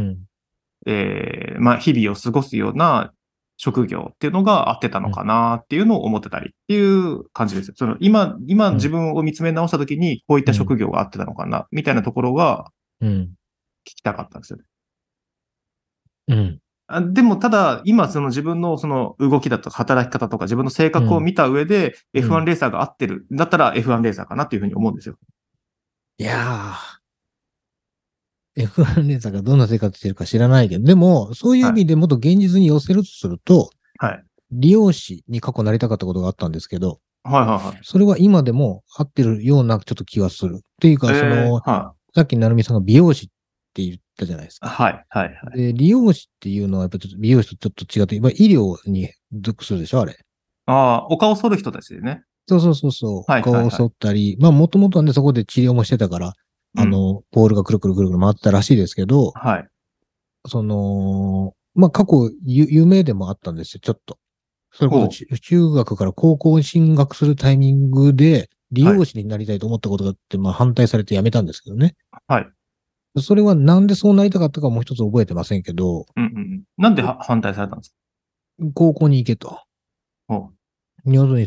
まあ、日々を過ごすような職業っていうのが合ってたのかなっていうのを思ってたりっていう感じですよ。今うん。 自分を見つめ直したときに、こういったうん。 職業が合ってたのかなみたいなところがうん。 聞きたかったんですよね。 うん。 でも、ただ、今、自分の動きだとか働き方とか自分の性格をうん。 見た上でう F1 ん。 レーサーが合ってる。だったら F1 レーサーかなっていうふうに思うんですよ。 いやー、F1 レーサーがどんな生活してるか知らないけど、でも、そういう意はい。 味でもっと現実に寄せるとすると、 はい。 理容師に過去なりたかったことがあったんですけど、 はいはいはい。 それは今でも合ってるようなちょっと気がする。っていうか、 はさっき成美さんが美容師って言ったじゃないですい。 か。 はい。はい。はい。 で、理容師っていうのはやっぱちょっと美容師とちょっと違って、今医療に属するでしょ、あれ。 ああ、お顔剃る人たちでね。 そうそうそうそう。 はい。はい。 顔を剃はい。 ったり、まあもともとはね、そこで治療もしてたから、 うん。 ポールがくるくるくるくる回ってたらしいですけど、 はい。 まあ過去有名でもあったんですよ、ちょっと。それこそほう。 中学から高校に進学するタイミングで、理はい。 容師になりたいと思ったことがあって、まあ反対されて辞めたんですけどね。 はい。 それはなんでそうなりたかったかもう一つ覚えてませんけど、 うんうんうん。なんで反対されたんですか？ 高校に行けと。 ほう。 要するに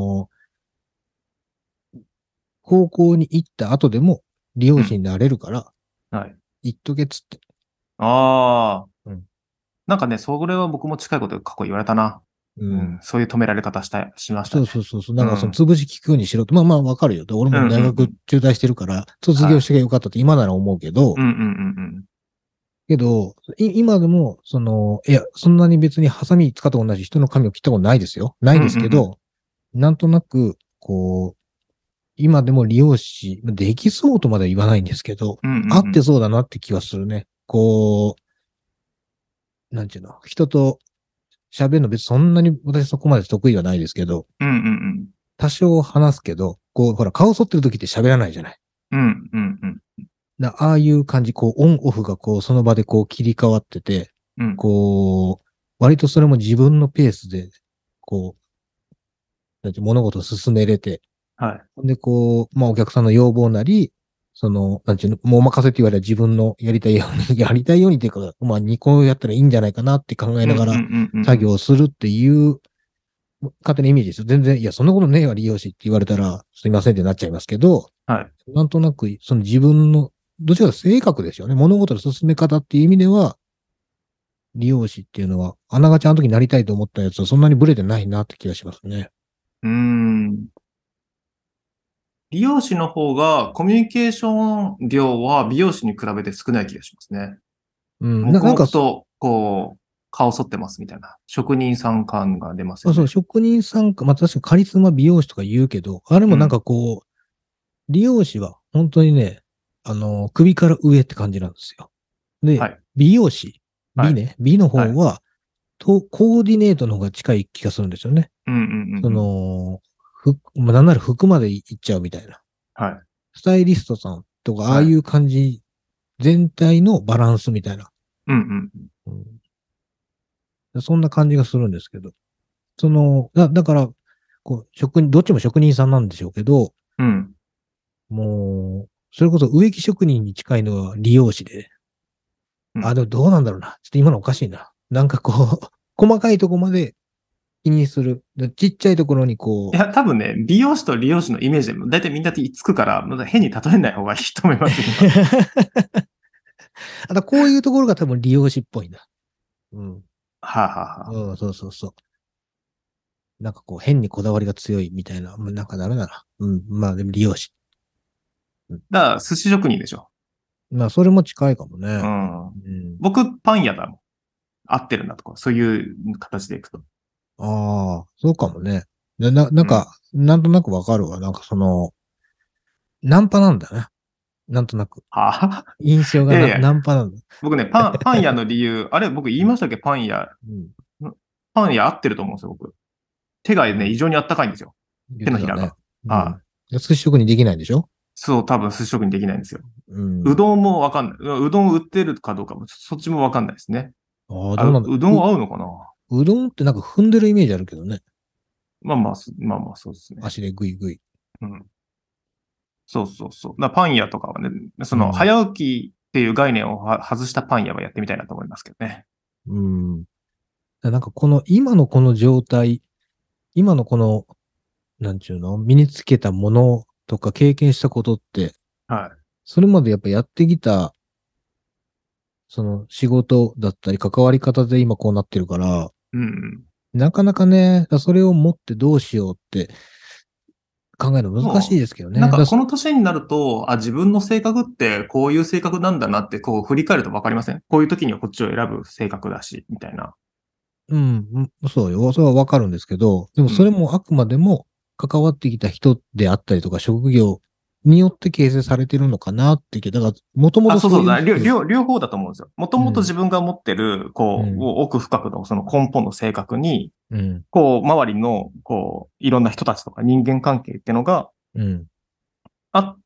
高校に行った後でも理容うん。 師になれるから、 はい。 行っとけっつって。 ああ。 うん。 なんかね、それは僕も近いこと過去言われたな。うん。 うん。 そういう止められ方しましたそうね。 そうそうそう。なんかうん。 潰し聞くようにしろと。まあまあわかるよ。で俺うんうんうも大学ん。 中退してるから、卒業はしてきゃよかったって今なら思うけど、 い。うんうんうんけど、今でも、いや、そんなに別にハサミ使ったことないし、人の髪を切ったことないですよ。なうん。 いうんうんうん。 ですけど、なんとなく、今でも理容師、できそうとまでは言わないんですけど、 うんうんう合ってん。 そうだなって気はするね。なんていうの、人と喋るの別にそんなに私そこまで得意はないですけど、 うんうん多少話すけど、ほら、顔剃ってる時って喋らないじゃない。 うん。うんうんうん。 ああいう感じ、オンオフがその場で切り替わってて、 うん。 割とそれも自分のペースで、こなんて物事を進めれて、 はい。 で、まあお客さんの要望なり、なんていうの、もうお任せって言われたら自分のやりたいように、やりたいようにっていうか、まあ2個やったらいいんじゃないかなって考えうんうんながらうんうんうん。 作業をするっていう勝手なイメージですよ。全然、いや、そんなことねえわ、利用しって言われたら、すいませんってなっちゃいますけど、 はい。 なんとなく、自分の、どちらかというと性格ですよね。物事の進め方っていう意味では、 理容師っていうのは、あながちあの時になりたいと思ったやつはそんなにブレてないなって気がしますね。 美容師の方がコミュニケーション量は美容師に比べて少ない気がしますね。 うん、 黙なんか、 々と、こう、顔剃ってますみたいな。職人さん感が出ますよそう、 ね。 職人さんか、まあ確かにカリスマ美容師とか言うけど、あれもなんうん。 かこう、理容師は本当にね、首から上って感じなんですよ。で、 はい。 美容師、 はい。 美のはい。 方は、コーディネートの方が近い気がするんですよね。 うんうんうんそうん。 の、まあ、なんなら服までいっちゃうみたいな。 はい。 スタイリストさんとか、ああはい。 いう感じ、全体のバランスみたいな。 うんうんうん。 うん、そんな感じがするんですけど。だから、こう、どっちも職人さんなんでしょうけど、 うん。 もう、それこそ植木職人に近いのは理容師で。あ、 うん。 でもどうなんだろうな。ちょっと今のおかしいな。なんかこう、細かいとこまで気にする。ちっちゃいところにこいや、多分ね、美容師と理容師のイメージでも大体みんなつくから、まだ変に例えない方がいいと思いまう、 す、今。 あとこういうところが多分理容師っぽいな。うん。 はあ、はあはあ、 うん、そうそうそう。なんかこう、変にこだわりが強いみたいな。なんかダメだな。うん。まあでも理容師。うん、 だから、寿司職人でしょ。 まあそれも近いかもね。 うん。 うん。 僕、パン屋だもん。合ってるんだとか、そういう形でいくと。 ああ、そうかもね。なんか、 うん。 なんとなくわかるわ。なんかナンパなんだね。なんとなく。 はあ。 印象がいやいや、 ナンパなんだ。 僕ね、パン屋の理由、あれ、僕言いましたっけ？パン屋。 うん。 パン屋合ってると思うんですよ、僕。手がね、 うん。 異常にあったかいんですよ。 言ってたね。 手のひらが。 うん。 はい。 寿司職にできないんでしょ？ そう、多分寿司職人できないんですよ。 うん。 うどんもわかんない。うどん売ってるかどうかも、そっちもわかんないですね。 ああ、 あ、 どうなんだ。 うどん合うのかな？ うどんってなんか踏んでるイメージあるけどね。 まあまあ、まあまあ、そうですね。 足でグイグイ。 うん。そうそうそう。パン屋とかはね、その、 うん。 早起きっていう概念を外したパン屋はやってみたいなと思いますけどね。 うん。なんか今のこの状態、今のこの、なんちゅうの、身につけたものとか経験したことって、 はい。 それまでやっぱやってきた、その仕事だったり関わり方で今こうなってるから、 うんうん。 なかなかね、それを持ってどうしようって考えるの難しいもですけどう、なんね。 かこの年になると、あ、自分の性格ってこういう性格なんだなって、こう振り返るとわかりません？こういう時にはこっちを選ぶ性格だし、みたいな。 うん、そうよ。それはわかるんですけど、でもそれうん。 もあくまでも関わってきた人であったりとか職業によって形成されてるのかなってだから、もともあ、 とそうそうそうだ、 いう人、 両方だと思うんですよ。もともとうん、 自分が持ってる、こう、 うん、 奥深くのその根本の性格に、 うん、 こう、周りの、こう、いろんな人たちとか人間関係っていうのがうん、 あって、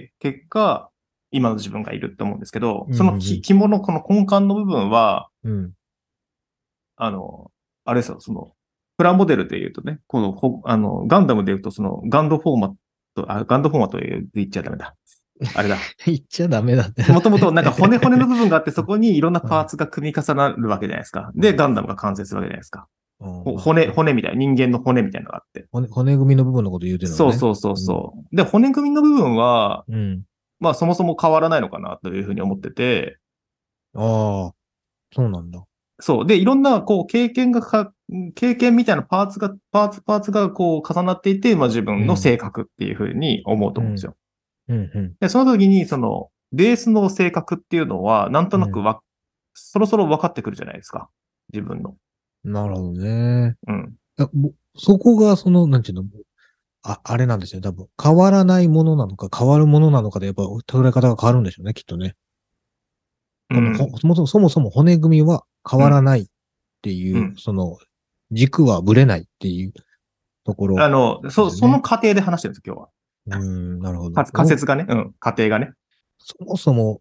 結果、今の自分がいるって思うんですけど、 うん、 そのうん、 肝のこの根幹の部分は、 うん、 あの、あれですよ、プラモデルで言うとね、ガンダムで言うと、ガンドフォーマット言っちゃダメだ。あれだ。 言っちゃダメだって。 もともとなんか骨の部分があって、そこにいろんなうん、 パーツが組み重なるわけじゃないですか。で、 うん、 ガンダムが完成するわけじゃないですか。 うん、まあ、 骨みたいな、人間の骨みたいなのがあって。 骨組みの部分のこと言うてるのね。 そうそうそううん、 そう。で、骨組みの部分は、 うん。 まあそもそも変わらないのかなというふうに思ってて、 ああ、そうなんだ。 そう。で、いろんな、こう、経験みたいなパーツがこう重なっていて、まあ自分のうん、 性格っていうふうに思うとうん、 思うんですよ。 うん、うん、 で、その時に、ベースの性格っていうのは、なんとうん。 なくそろそろ分かってくるじゃないですか。自分の。 なるほどね。 うん。 そこが、なんていうの、あれなんですよ。多分、変わらないものなのか、変わるものなのかで、やっぱ、捉え方が変わるんでしょうね、きっとね。 うん。 そもそも骨組みは変うん。 わらないっていう、 うん。 軸はぶれないっていうところですよそのね。 過程で話してるんですよ、今なるほ日は。 ど。 仮説がね。うん。過程がね。 そもそも、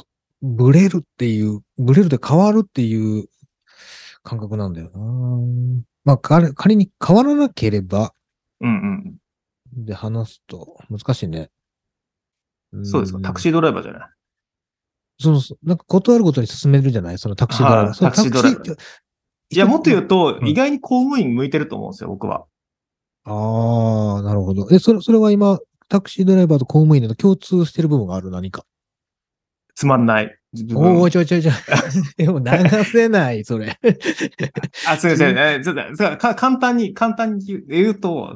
ブレるで変わるっていう感覚なんだよな。まあ、仮に変わらなければ、 うんうん。 で話すと難しいね。うそうですか。タクん。 シードライバーじゃない。 なんか断るごとに進めるじゃないそのタクシードライバー。 はい。タクシードライバー。いや、もっとま言うと、 うん。 意外に公務員向いてると思うんですよ、僕は。 ああ、なるほど。それは今、タクシードライバーと公務員の共通してる部分がある何か。 つまんない。 おー、ちょ。でも流せない、それ。 あ、すみません。簡単に言うと、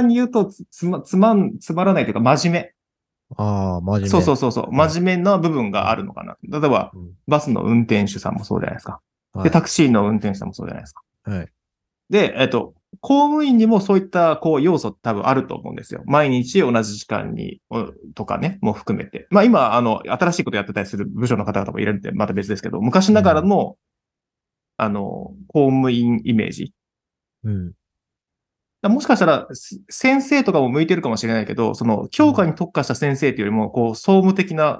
つまらないというか、真面目。 ああ、真面目。 そう。真面目な部分があるのかな。例えば、バスの運転手さんもそうじゃないですか。で、 はい。 タクシーの運転手さんもそうじゃないですか。 はい。 で、公務員にもそういった、要素多分あると思うんですよ。毎日同じ時間に、とかね、も含めて。まあ今、新しいことやってたりする部署の方々もいるんで、また別ですけど、昔ながらの、公務員イメージ。 うん。 もしかしたら、先生とかも向いてるかもしれないけど、その、教科に特化した先生っていうよりも、総務的な、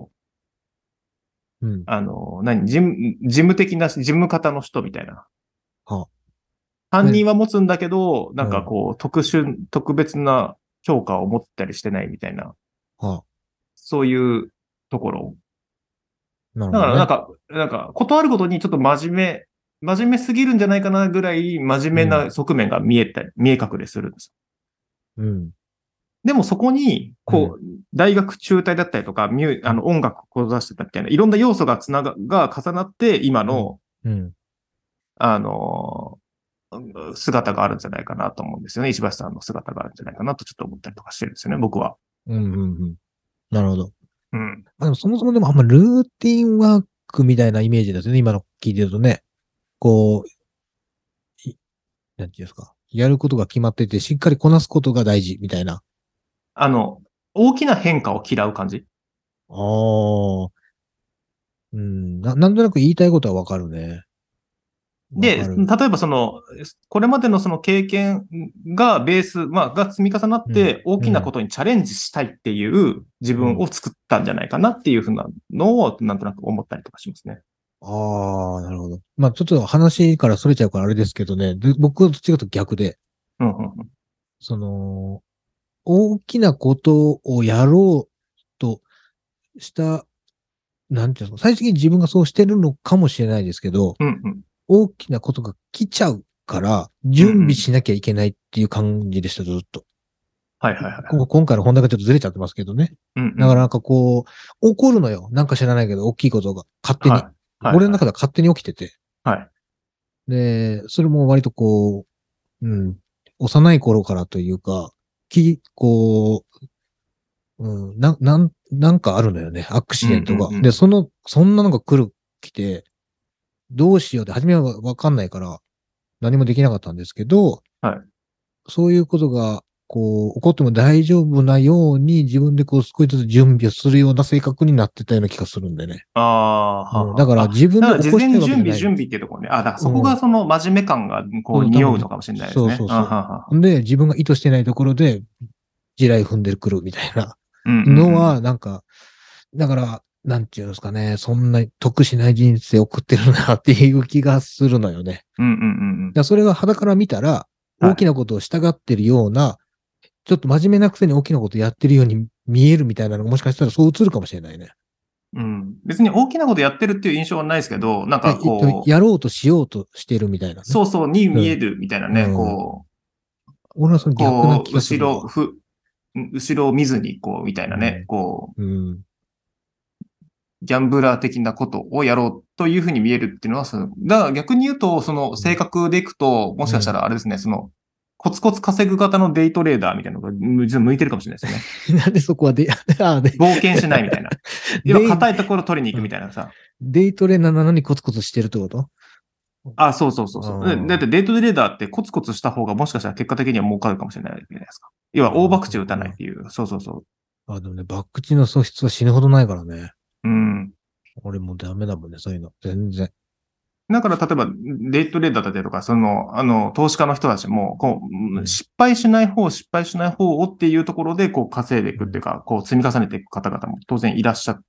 うん。 事務的な、事務方の人みたいな。 は。 担で、 任は持つんだけど、 うん。 特別な評価を持ったりしてないみたいな、 は。 そういうところ。だからなるほどね。 断ることにちょっと真面目すぎるんじゃないかなぐらい、真面目うん。 な側面が見え隠れするんです。 うん。 でもそこに、 うん。 大学中退だったりとか、 うん。 音楽をこだしてたみたいな、いろんな要素が重なって、今うん。 の、 うん。 あの、姿があるんじゃないかなと思うんですよね。石橋さんの姿があるんじゃないかなとちょっと思ったりとかしてるんですよね、僕は。 うん。うん。なるほど。 うん。 でもそもそもでもあんまルーティンワークみたいなイメージですよね。今の聞いてるとね。こう、なんていうんですか。やることが決まってて、しっかりこなすことが大事みたいな。 あの、大きな変化を嫌う感じ。 ああ、うん。なんとなく言いたいことはわかるね。わで、 かる。 例えばこれまでのその経験がベース、が積み重なっうん。 て大きなこうん。 とにチャレンジしたいっていう自うん。 分を作ったんじゃないかなっていうふうなのをなんとなく思ったりとかしますね。 ああ、なるほど。まあ、ちょっと話からそれちゃうからあれですけどね。僕はどっちかというと逆で、 うんうんその、大きなことをやろうとした、なんていうの、最終的に自分がそうしてるのかもしれないですけど、 うんうん大きなことが来ちゃうから、 うんう準備ん。 しなきゃいけないっていう感じでした、ずっと。 はいはいはいはい。 今回の本題がちょっとずれちゃってますけどね。 うんうんうん。 だからなんかこう、起こるのよ。なんか知らないけど、大きいことが勝手に。 はいはい俺のはい。 中では勝手に起きてて。 はい。 で、それも割とこう、うん、幼い頃からというか、こう、なんかあるのよね。アクシうんうデントが。で、 んうん。 そんなのが来て、どうしようって、初めはわかんないから、何もできなかったんですけど、 はい。 そういうことが、こう、起こっても大丈夫なように、自分でこう、少しずつ準備をするような性格になってたような気がするんでね。 ああ、はうん、だは。 から自分だから事で起こしたい前準備、 わけじゃない。 準備っていうところね。だからそこうん。 がその真面目感が多匂う分、 のかもしれないですね。あはそうそうそは。 う。で、自分が意図してないところで、地雷踏んでくるみたいなうんうんのうん。 は、なんか、だから、なんていうんですかね、そんなに得しない人生を送ってるなっていう気がするのよね。 うんうんうんうん。 それが肌から見たら、 はい。 大きなことを従ってるような、ちょっと真面目なくせに大きなことやってるように見えるみたいなのがもしかしたらそう映るかもしれないね。 うん。別に大きなことやってるっていう印象はないですけど、なんかやろうとしようとしてるみたいなね。 そうそうにうん。 見えるみたいなね、 うん。俺はその逆な気がするわ。 後ろを見ずに、みたいなね、 うん。うん。 ギャンブラー的なことをやろうというふうに見えるっていうのは、だから逆に言うと、その性うん。 格でいくと、もしかしたうん。 らあれですね、コツコツ稼ぐ型のデイトレーダーみたいなのが向いてるかもしれないですよね。 なんでそこは冒険しないみたいな。要はデイ、 硬いところ取りに行くみたいなさ。 デイトレーナーなのにコツコツしてるってこと？ あ、そう。だってあデイトレーダーってコツコツした方がもしかしたら結果的には儲かるかもしれないじゃないですか。要は大あ、 博打打たないっそうか。 ていう。そう。 でもね、バック値の素質は死ぬほどないからね。 うん。 俺もうダメだもんね、そういうの。全然。 だから、例えば、デイトレーダーだったりとか、投資家の人たちも、 うん。 失敗しない方をっていうところで、稼いでいうん。 くっていうか、積み重ねていく方々も当然いらっしゃって、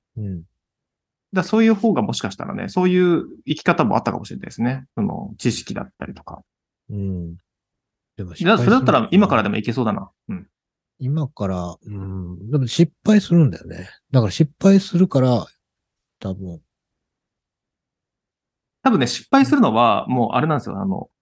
うん。 そういう方がもしかしたらね、そういう生き方もあったかもしれないですね。知識だったりとか。 うん。でも失敗するそれだったら、今からでもな。 いけそうだな。うん。 今から、うん。でも失敗するんだよね。だから失敗するから、多分。 多分ね、失敗するのは、もうあれなんですよ。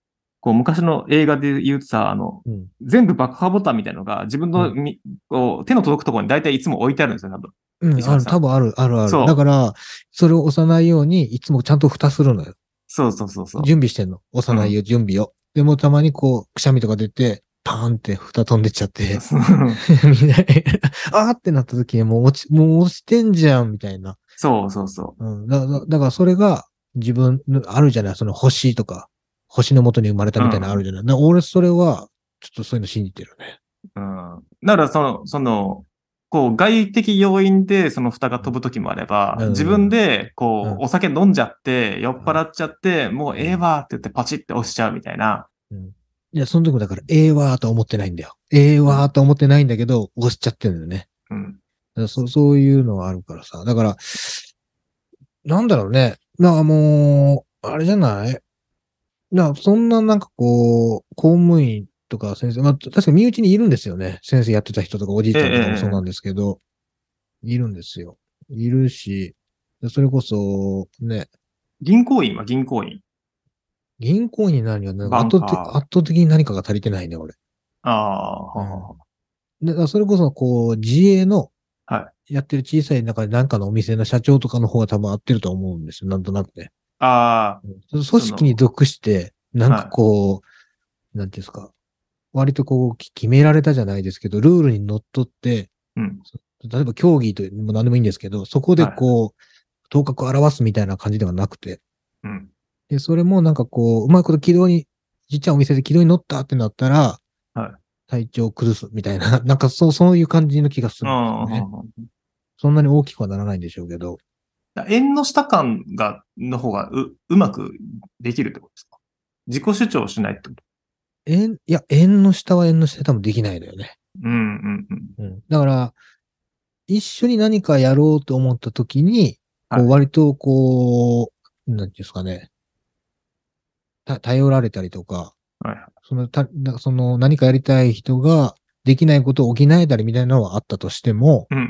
こう昔の映画で言うとさ、全部爆破ボタンみたいなのが自分のこう手の届くところに大体いつも置いてあるんですよ、多分。 多分ある。 そう。 だから、それを押さないように、いつもちゃんと蓋するのよ。 そうそうそうそう。 準備してんの。押さないよ、準備を。でもたまにこう、くしゃみとか出て、パーンって蓋飛んでっちゃって、みたいな、あーってなった時にもう落ちてんじゃん、みたいな。 そうそうそう。 だからそれが自分の、あるじゃない、その星とか、星の元に生まれたみたいなのあるじゃない。俺それは、ちょっとそういうの信じてるね。 うん。だからこう、外的要因でその蓋が飛ぶ時もあれば、自分で、こう、お酒飲んじゃって、酔っ払っちゃって、もうええわって言ってパチって押しちゃうみたいな。 いや、その時もだから、ええわーとは思ってないんだよ。ええわーとは思ってないんだけど、押しちゃってるんだよね。 うん。 そういうのはあるからさ。だから、なんだろうね。もう、あれじゃない。そんななんかこう、公務員とか先生、確かに身内にいるんですよね。先生やってた人とかおじいえちゃんとかもそうなんえ、 ですけど、いるんですよ。いるし、それこそ、ね、 銀行員は銀行員。 銀行員になるには、 バンカ圧倒的に何かが足りてないね、俺。 ー。ああ、 うん。 ははは。 それこそ、こう、自営のはい。 やってる小さい中でなんかのお店の社長とかの方が多分合ってると思うんですよ。なんとなくね。 ああ、 組織に属して、なんかはこう、なんていうんですか、割とこう、決められたじゃないですけど、ルールにのっとって、 い。うん。 例えば競技というも何でもいいんですけど、そこではい。 こう、頭角を表すみたいな感じではなくて、 うん。 で、それもなんかこう、うまいことちっちゃいお店で軌道に乗ったってなったら、 はい。 体調を崩すみたいな、なんかそういう感じの気がするんですよね。 あそんなに大きくはならないんでしょうけど、 あ、縁の下感の方がうまくできるってことですか？自己主張しないってこと？ 縁の下は縁の下で多分できないのよね。 うん、うん、うん。 うん。だから、一緒に何かやろうと思った時に、 はい。 割とこう、なんていうんですかね、頼られたりとか、 はい。 その何かやりたい人ができないことを補えたりみたいなのはあったとしても、 うん、うん、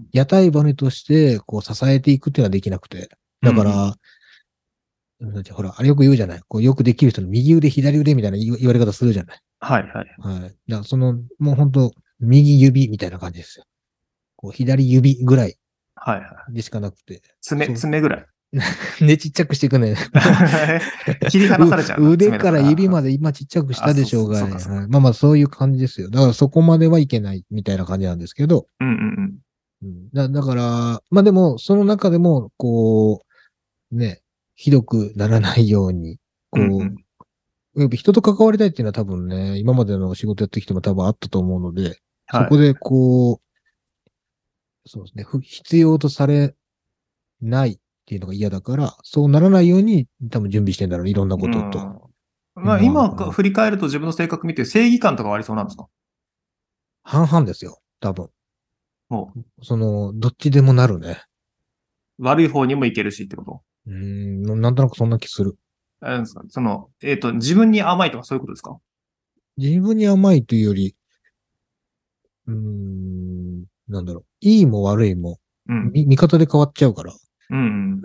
屋台骨としてこう支えていくっていうのはできなくて。 うん。うん、 だかうん。 ら、ほら、あれよく言うじゃない。こうよくできる人の右腕、左腕みたいな言われ方するじゃない。 はい、はい。 はい。だからもう本当右指みたいな感じですよ。こう左指ぐらいはい、はい。 でしかなくて。そう。 爪ぐらい。 で、ちっちゃくしていくね。 切り離されちゃうな、 腕か爪だと。 ら指まで今ちっちゃくしあ、 たでしょうが、 そうか。 はい。まあまあそういう感じですよ。だからそこまではいけないみたいな感じなんですけど、 うん、うん、 だから、まあでも、その中でも、こう、ね、ひどくならないように、 うん。うん、うこん。 やっぱ人と関わりたいっていうのは多分ね、今までの仕事やってきても多分あったと思うので、そはい。 こでこう、そうですね、必要とされないっていうのが嫌だから、そうならないように多分準備してんだろう、いろんなうことと。 ん。 いうまあ、 のはあるかな。 振り返ると自分の性格見て正義感とかはありそうなんですか？ 半々ですよ、多分。 もどっちでもなるね。 う、悪い方にもいけるしってこと？ なんとなくそんな気する。 あれなんですか自分に甘いとかそういうことですか？ 自分に甘いというより、なんだろう、いいも悪いも、 うん。 見方で変わっちゃうから、 うん、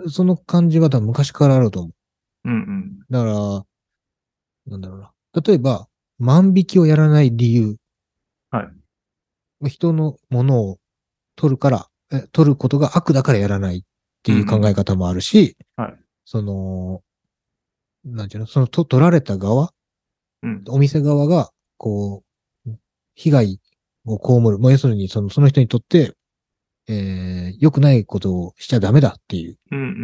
その感じは多分昔からあると思う。 うん、うん。 だから、なんだろうな。例えば、万引きをやらない理由。 はい。 人のものを取るから、取ることが悪だからやらないってうん、ういう考えん。 方もあるし、 はい。 その、なんていうの、取られた側、 うん。 お店側が、こう、被害を被る。要するに、その人にとって、良くないことをしちゃダメだっていううん、うん、うん。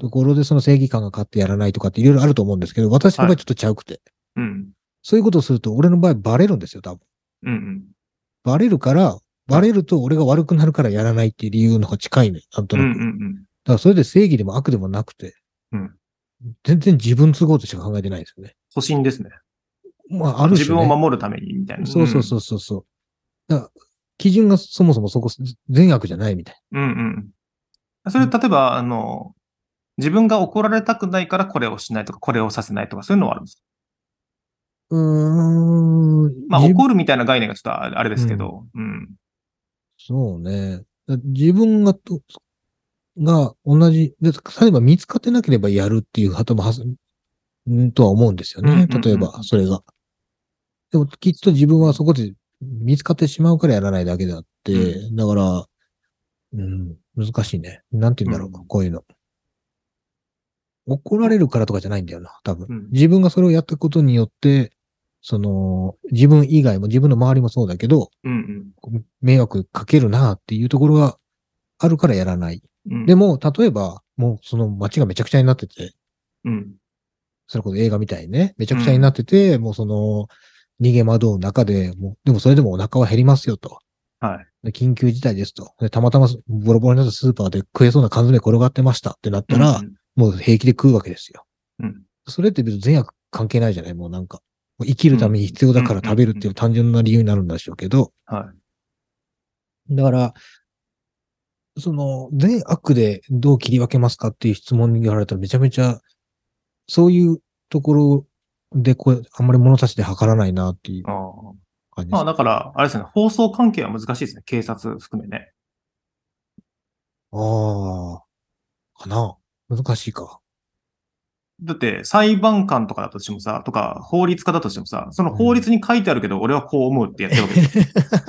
ところで、その正義感が勝ってやらないとかっていろいろあると思うんですけど、私のはい。 場合ちょっとちゃうくて。 うん。 そういうことをすると、俺の場合バレるんですよ、多分。 うん、うん。 バレるから、バはい。 レると俺が悪くなるからやらないっていう理由の方が近いね、なんとうん、うなく。だん、 からそれで正義でも悪でもなくて、 うん。うん。 全然自分都合としか考えてないですよね。 保身ですね。 まあ、ある自分を種ね。 守るために、みたいな。うそうそうそん。 うそうそう。だから基準がそもそも善悪じゃないみたいうん、うん。それ、例えば、自分が怒られたくないからこれをしないとか、これをさせないとか、そういうのはあるんですか？ な。 まあ、怒るみたいな概念がちょっとあれでうん。 すけど、うん。 そうね。自分が同じ、例えば見つかってなければやるっていうとは思うんですよね。例えば、それが。でも、きっと自分はそこで見つかってしまうからやらないだけであって、だから、難しいね。なんて言うんだろう、こういうの。怒られるからとかじゃないんだよな、多分。自分がそれをやったことによって、自分以外も自分の周りもそうだけど、迷惑かけるなっていうところがあるからやらない。でも、例えば、もうその街がめちゃくちゃになってて、それこそ映画みたいにね、めちゃくちゃになってて、もう逃げ惑う中で、でもそれでもお腹は減りますよと。緊急事態ですと。たまたまボロボロになったスーパーで食えそうな缶詰転がってましたってなったら、もう平気で食うわけですよ。それって別に善悪関係ないじゃない？もうなんか。生きるために必要だから食べるっていう単純な理由になるんでしょうけど。だから、善悪でどう切り分けますかっていう質問に言われたらめちゃめちゃ、そういうところであんまり物差しで測らないなっていう感じです。 だから、あれですね、放送関係は難しいですね。警察含めね。 かな。難しいか。 だって、裁判官とかだとしてもさ、とか、法律家だとしてもさ、その法律に書いてあるけど、俺はこう思うってやってるわけでしょ。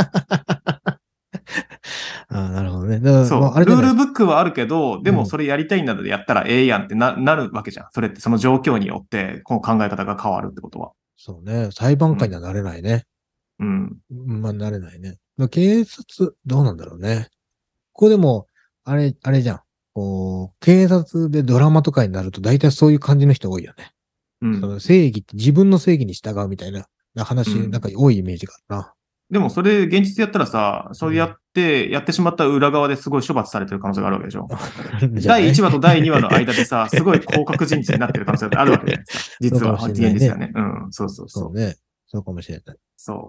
なるほどね。だからそう。ルールブックはあるけど、でもそれやりたいんだでやったらええやんってなるわけじゃん。それってその状況によって、この考え方が変わるってことは。 そうね。裁判官にはなれないね。まあ、なれないね。警察、どうなんだろうね。ここでも、あれじゃん。警察でドラマとかになると大体そういう感じの人多いよね。その正義って自分の正義に従うみたいな話、なんか多いイメージがあるな。 でもそれ現実やったらさ、そうやってしまった裏側ですごい処罰されてる可能性があるわけでしょ。第1話と第2話の間でさ、すごい降格人事になってる可能性があるわけじゃないですか。実は、現実はね。そうそうそう。 そうね。そうかもしれない。 そう。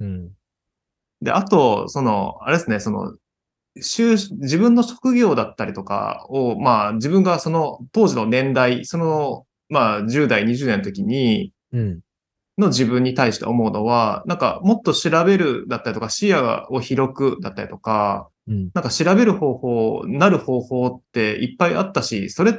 で、あと、あれですね、自分の職業だったりとかを、まあ自分がその当時の年代、まあ10代、20代の時に、の自分に対して思うのは、なんかもっと調べるだったりとか、視野を広くだったりとか、なんか調べる方法、なる方法っていっぱいあったし、それって、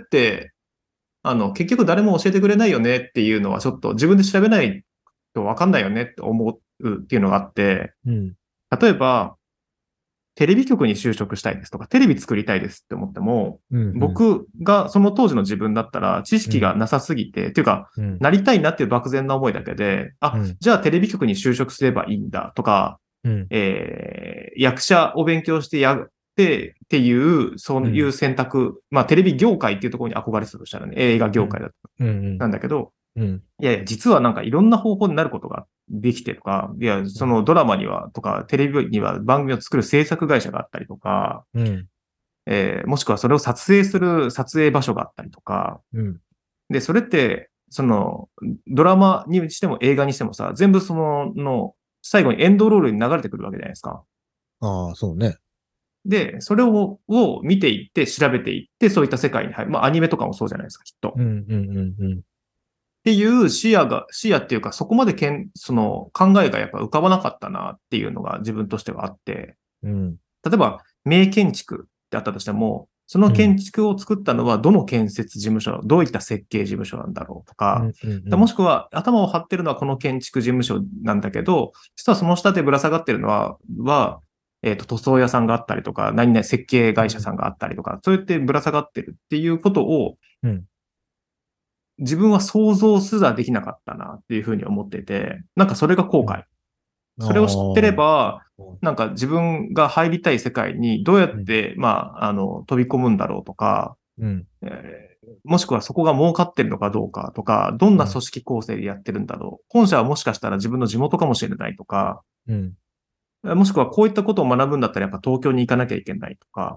結局誰も教えてくれないよねっていうのはちょっと自分で調べないとわかんないよねって思うっていうのがあって、例えば、テレビ局に就職したいですとか、テレビ作りたいですって思っても、僕がその当時の自分だったら知識がなさすぎて、っていうか、なりたいなっていう漠然な思いだけで、じゃあテレビ局に就職すればいいんだとか、役者を勉強してやってっていう、そういう選択、まあテレビ業界っていうところに憧れてたとしたらね、映画業界だったなんだけど、いやいや、実はなんかいろんな方法になることができてとか、いや、そのドラマにはとか、テレビには番組を作る制作会社があったりとか、もしくはそれを撮影する撮影場所があったりとか、で、それって、ドラマにしても映画にしてもさ、全部最後にエンドロールに流れてくるわけじゃないですか。 そうね。 で、それを見ていって、調べていって、そういった世界に入る。まあ、アニメとかもそうじゃないですか、きっと。っていう視野っていうか、そこまで考えがやっぱ浮かばなかったなっていうのが自分としてはあって、例えば、名建築ってあったとしても、その建築を作ったのはどの建設事務所、どういった設計事務所なんだろうとか、もしくは頭を張ってるのはこの建築事務所なんだけど、実はその下でぶら下がってるのは、塗装屋さんがあったりとか、何々設計会社さんがあったりとか、そうやってぶら下がってるっていうことを、自分は想像すらできなかったなっていうふうに思ってて、なんかそれが後悔。それを知ってれば、なんか自分が入りたい世界にどうやって、まあ、飛び込むんだろうとか、もしくはそこが儲かってるのかどうかとか、どんな組織構成でやってるんだろう。本社はもしかしたら自分の地元かもしれないとか、もしくはこういったことを学ぶんだったらやっぱ東京に行かなきゃいけないとか、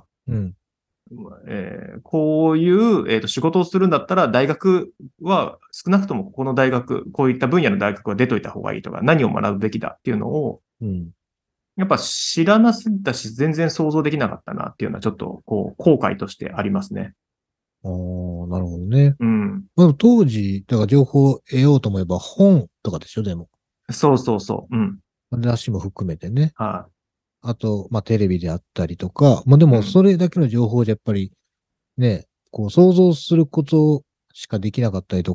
こういう、仕事をするんだったら大学は少なくともここの大学、こういった分野の大学は出といた方がいいとか、何を学ぶべきだっていうのを、やっぱ知らなすぎたし、全然想像できなかったなっていうのはちょっと後悔としてありますね。 なるほどね。当時、だから情報を得ようと思えば本とかでしょ、でも。 そうそうそう。 雑誌も含めてね。 はい。 あと、まあ、テレビであったりとか、まあ、でも、それだけの情報じゃやっぱり、ね、想像することしかできなかったりとか、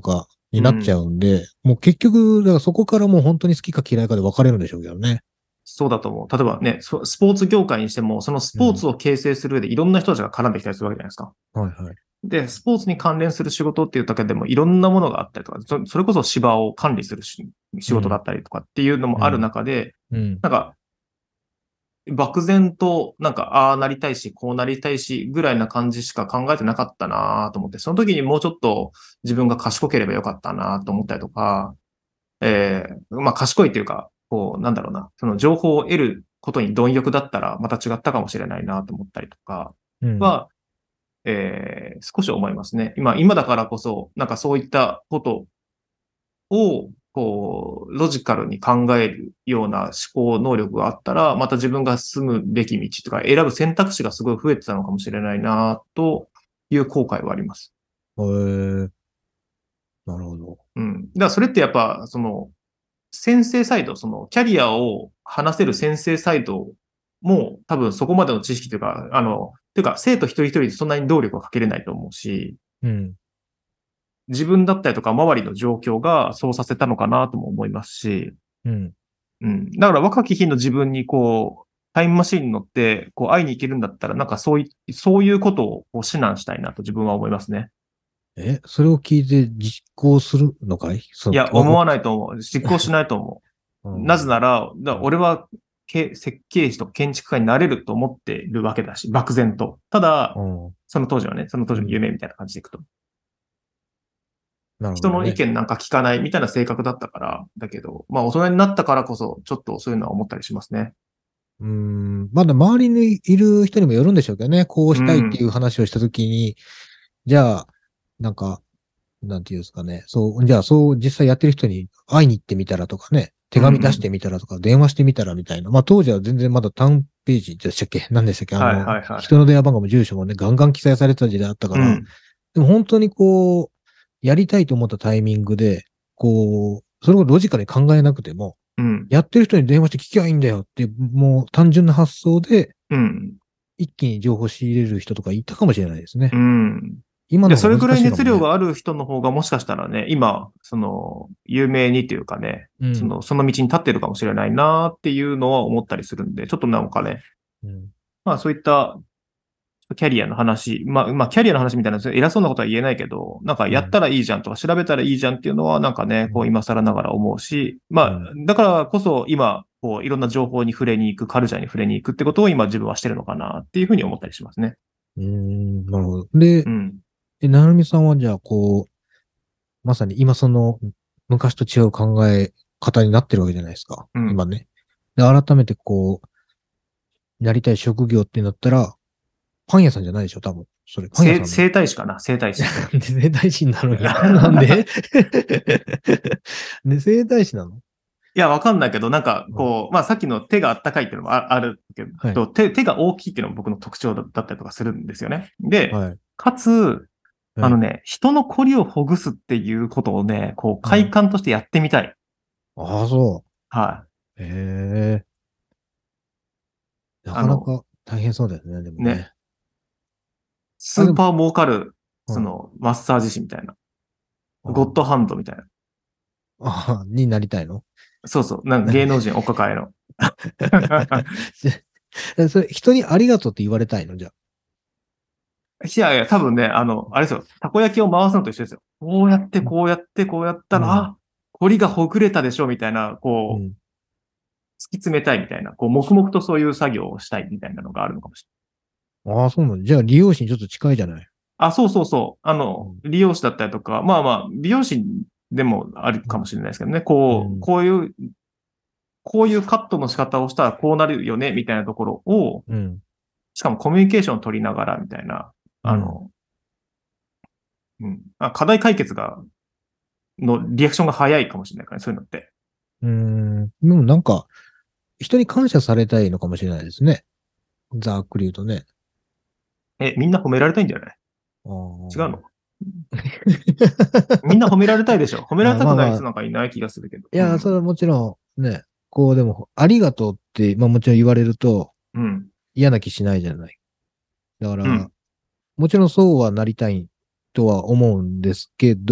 になっちゃうんで、もう結局、だからそこからもう本当に好きか嫌いかで分かれるんでしょうけどね。 そうだと思う。例えばね、スポーツ業界にしても、そのスポーツを形成する上でいろんな人たちが絡んできたりするわけじゃないですか。 はいはい。 で、スポーツに関連する仕事っていうだけでもいろんなものがあったりとか、それこそ芝を管理する仕事だったりとかっていうのもある中で、 うん。 なんか、漠然と、なんか、ああなりたいし、こうなりたいし、ぐらいな感じしか考えてなかったなと思って、その時にもうちょっと自分が賢ければよかったなと思ったりとか、まあ賢いっていうか、こう、なんだろうな、その情報を得ることに貪欲だったらまた違ったかもしれないなと思ったりとかうん。 は、少し思いますね。今だからこそ、なんかそういったことを、こう、ロジカルに考えるような思考能力があったら、また自分が進むべき道とか選ぶ選択肢がすごい増えてたのかもしれないな、という後悔はあります。 へえ、なるほど。 うん。だからそれってやっぱ、先生サイド、キャリアを話せる先生サイドも多分そこまでの知識というか、というか生徒一人一人でそんなに労力はかけれないと思うし、 うん。 自分だったりとか周りの状況がそうさせたのかなとも思いますし、 うん。 うん。だから若き日の自分にこう、タイムマシンに乗って、こう会いに行けるんだったら、なんかそういうことをこう指南したいなと自分は思いますね。 それを聞いて実行するのかいいや、思わないと思う。執行しないと思う。なぜうん。 なら、俺は設計士とか建築家になれると思っているわけだし、漠然と。ただ、 うん。 その当時はね、その当時のうん。 夢みたいな感じでいくと。人なるほどね。 の意見なんか聞かないみたいな性格だったから、だけど、まあ大人になったからこそ、ちょっとそういうのは思ったりしますね。 まだ周りにいる人にもよるんでしょうけどね。こうしたいってうん。 いう話をしたときに、じゃあ、なんか、なんていうんですかね。じゃあ、実際やってる人に会いに行ってみたらとかね。手うんうん。 紙出してみたらとか、電話してみたらみたいな。まあ当時は全然まだ単ページでしたっけ何でしたっけはいはいはい。 人の電話番号も住所もね、ガンガン記載されてた時代あったから、 うん。 でも本当にこう、やりたいと思ったタイミングで、それをロジカルに考えなくても、 うん。 やってる人に電話して聞きゃいいんだよって、もう単純な発想で、 うん。 一気に情報を仕入れる人とかいたかもしれないですね。 うん。で、 今の方が難それぐらいしいかもね。 熱量がある人の方がもしかしたらね、今、有名にというかね、 うん。 その道に立ってるかもしれないなっていうのは思ったりするんで、ちょっとなんかね、 うん。 まあそういったキャリアの話、まあキャリアの話みたいな偉そうなことは言えないけど、なんかうん。 やったらいいじゃんとか調べたらいいじゃんっていうのはなんかね、 うん。 こう今更ながら思うし、まあうん。 だからこそ今、こういろんな情報に触れに行く、カルチャーに触れに行くってことを今自分はしてるのかなっていうふうに思ったりしますね。 なるほど。で、 うん。 なるみさんはじゃあ、まさに今昔と違う考え方になってるわけじゃないですか。 うん。 今ね。で、改めてなりたい職業ってなったら、パン屋さんじゃないでしょ、多分。それ、パン屋さんの。 生態師かな生態師。 なんで整体師になるんや。なんでで、整体師なの？ いや、わかんないけど、なんか、 うん。 こう、まあ、さっきの手があったかいっていうのもあるけはい。 ど、手が大きいっていうのも僕の特徴だったりとかするんですよね。で、 はい。 かつ、 はい。 人の凝りをほぐすっていうことをね、こう、快うん。 感としてやってみたい。 ああ、そはう。ええ、ない。 かなか大変そうだよね、でもね、 ね。あ、でも、 スーパー儲かる、 うん。 マッサージ師みたいな。ゴッドあハンドみたいな。 あ、になりたいの？ そうそう。なんかなんで？ 芸能人お抱えの。 それ、人にありがとうって言われたいのじゃいやいや、多分ね、あれですよ。たこ焼きを回すのと一緒ですよ。こうやって、 あ。 こうやって、こうやったら、 うん。 あ、凝りがほぐれたでしょ、みたいな、こう、 うん。 突き詰めたいみたいな、こう、黙々とそういう作業をしたいみたいなのがあるのかもしれない。 ああ、そうなの。じゃあ、利用師にちょっと近いじゃない。 あ、そうそうそう。 うん。 利用師だったりとか、まあまあ、美容師でもあるかもしれないですけどね。 うん。 こういうカットの仕方をしたらこうなるよね、みたいなところを、 うん。 しかもコミュニケーションを取りながら、みたいな、 うん。 うん。課題解決のリアクションが早いかもしれないからね、そういうのって。 でもなんか、人に感謝されたいのかもしれないですね。ざっくり言うとね。 みんな褒められたいんじゃない？ あ違うの？ あ。 みんな褒められたいでしょ？褒められたくないまあまあ、 人なんかいない気がするけど。 いや、それうん。 はもちろんね、でも、ありがとうって、まあもちろん言われるとうん。 嫌な気しないじゃない。だから、 うん。 もちろんそうはなりたいとは思うんですけど、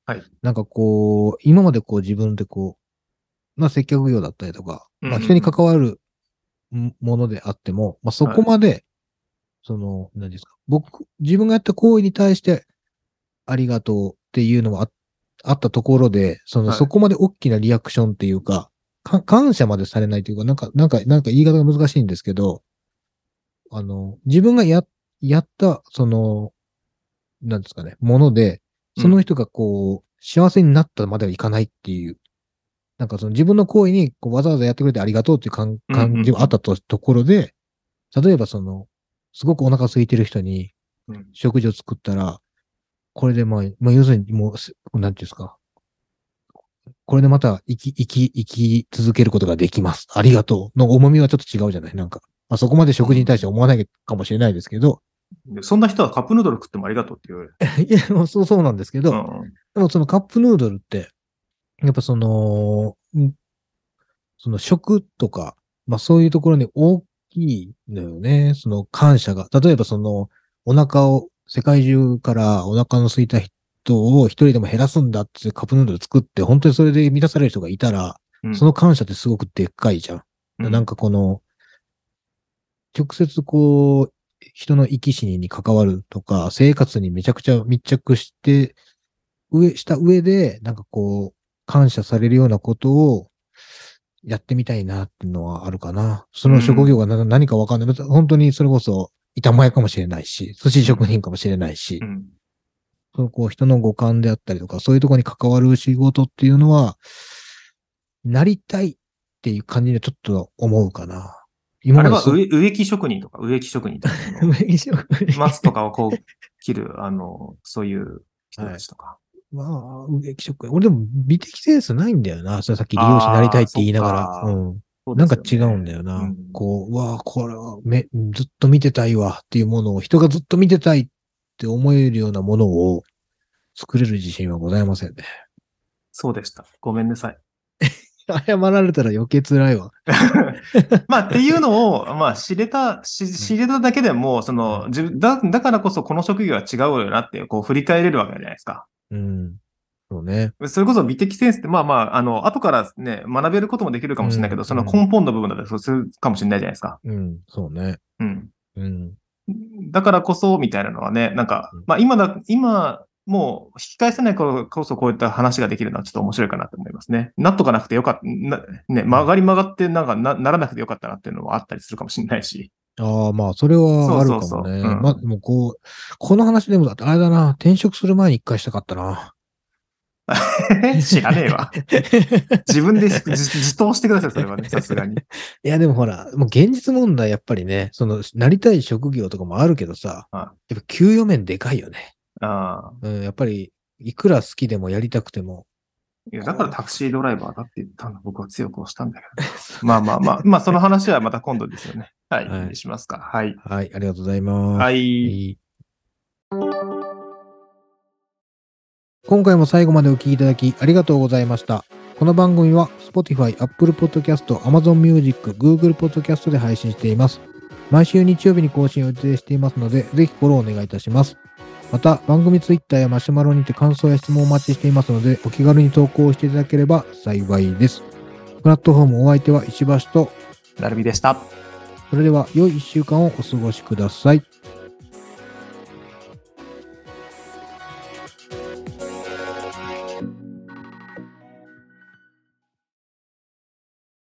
はい。 なんかこう、今までこう自分でこう、まあ接客業だったりとか、まあ人に関わるものであっても、まあそこまで、何ですか、自分がやった行為に対してありがとうっていうのはあったところで、そこまで大きなリアクションっていうか、感謝までされないというか、なんか言い方が難しいんですけど、自分がやった、なんですかね、もので、その人がこう、幸せになったまではいかないっていう、なんか自分の行為にこうわざわざやってくれてありがとうっていう感じはあったところで、例えばすごくお腹空いてる人に食事を作ったら、これでまあ要するにもう、なんていうんですか、これでまた生き続けることができます。ありがとうの重みはちょっと違うじゃないなんか。まあ、そこまで食事に対して思わないかもしれないですけど。 そんな人はカップヌードル食ってもありがとうって言われる。 いや、そうなんですけど、でもそのカップヌードルって、やっぱその食とか、まあそういうところに大きいのよね。その感謝が。例えばお腹を、世界中からお腹の空いた人を一人でも減らすんだってカップヌードル作って、本当にそれで満たされる人がいたら、その感謝ってすごくでっかいじゃん。なんか直接こう、人の生き死にに関わるとか、生活にめちゃくちゃ密着した上で、なんかこう、感謝されるようなことをやってみたいなっていうのはあるかな。その職業が何かわかんない。本当にそれこそ板前かもしれないし、寿司職人かもしれないし、こう人の五感であったりとか、そういうところに関わる仕事っていうのは、なりたいっていう感じでちょっと思うかな。 あれは植木職人とか、植木職人とか、松とかをこう切る、そういう人たちとか。 まあ、植木職人。俺でも美的センスないんだよな。さっき利用師になりたいって言いながら。なんか違うんだよな。これはずっと見てたいわっていうものを、人がずっと見てたいって思えるようなものを作れる自信はございませんね。 そうでした。ごめんなさい。 謝られたら余計辛いわ。 まあ、っていうのを、まあ、知れただけでも、だからこそこの職業は違うよなって、こう、振り返れるわけじゃないですか。 そうね。 それこそ美的センスって、まあ、後からね、学べることもできるかもしれないけど、その根本の部分だったらそうするかもしれないじゃないですか。 そうね。 だからこそ、みたいなのはね、なんか、まあ、今、もう引き返せないからこそこういった話ができるのはちょっと面白いかなと思いますね。なっとかなくてよかった、ね、曲がってなんかならなくてよかったなっていうのはあったりするかもしれないし。 ああ、まあ、それはあるかもね。まあ、でもこの話でもだってあれだな、転職する前に一回したかったな。 知らねえわ。自分で自答してください、それはね、さすがに。 いや、でもほら、もう現実問題やっぱりね、なりたい職業とかもあるけどさ、やっぱ給与面でかいよね。やっぱり、いくら好きでもやりたくても。 いや、だからタクシードライバーだって言ったの僕は強く押したんだけど。まあ、その話はまた今度ですよね。はい、にしますか。はい。 はい、ありがとうございます。 はい。 今回も最後までお聞きいただきありがとうございました。この番組は Spotify、Apple Podcast、Amazon Music、Google Podcast で配信しています。毎週日曜日に更新を予定していますので、ぜひフォローお願いいたします。また、番組 Twitter やマシュマロにて感想や質問をお待ちしていますので、お気軽に投稿していただければ幸いです。プラットフォームお相手は石橋となるみでした。 それでは良い1週間をお過ごしください。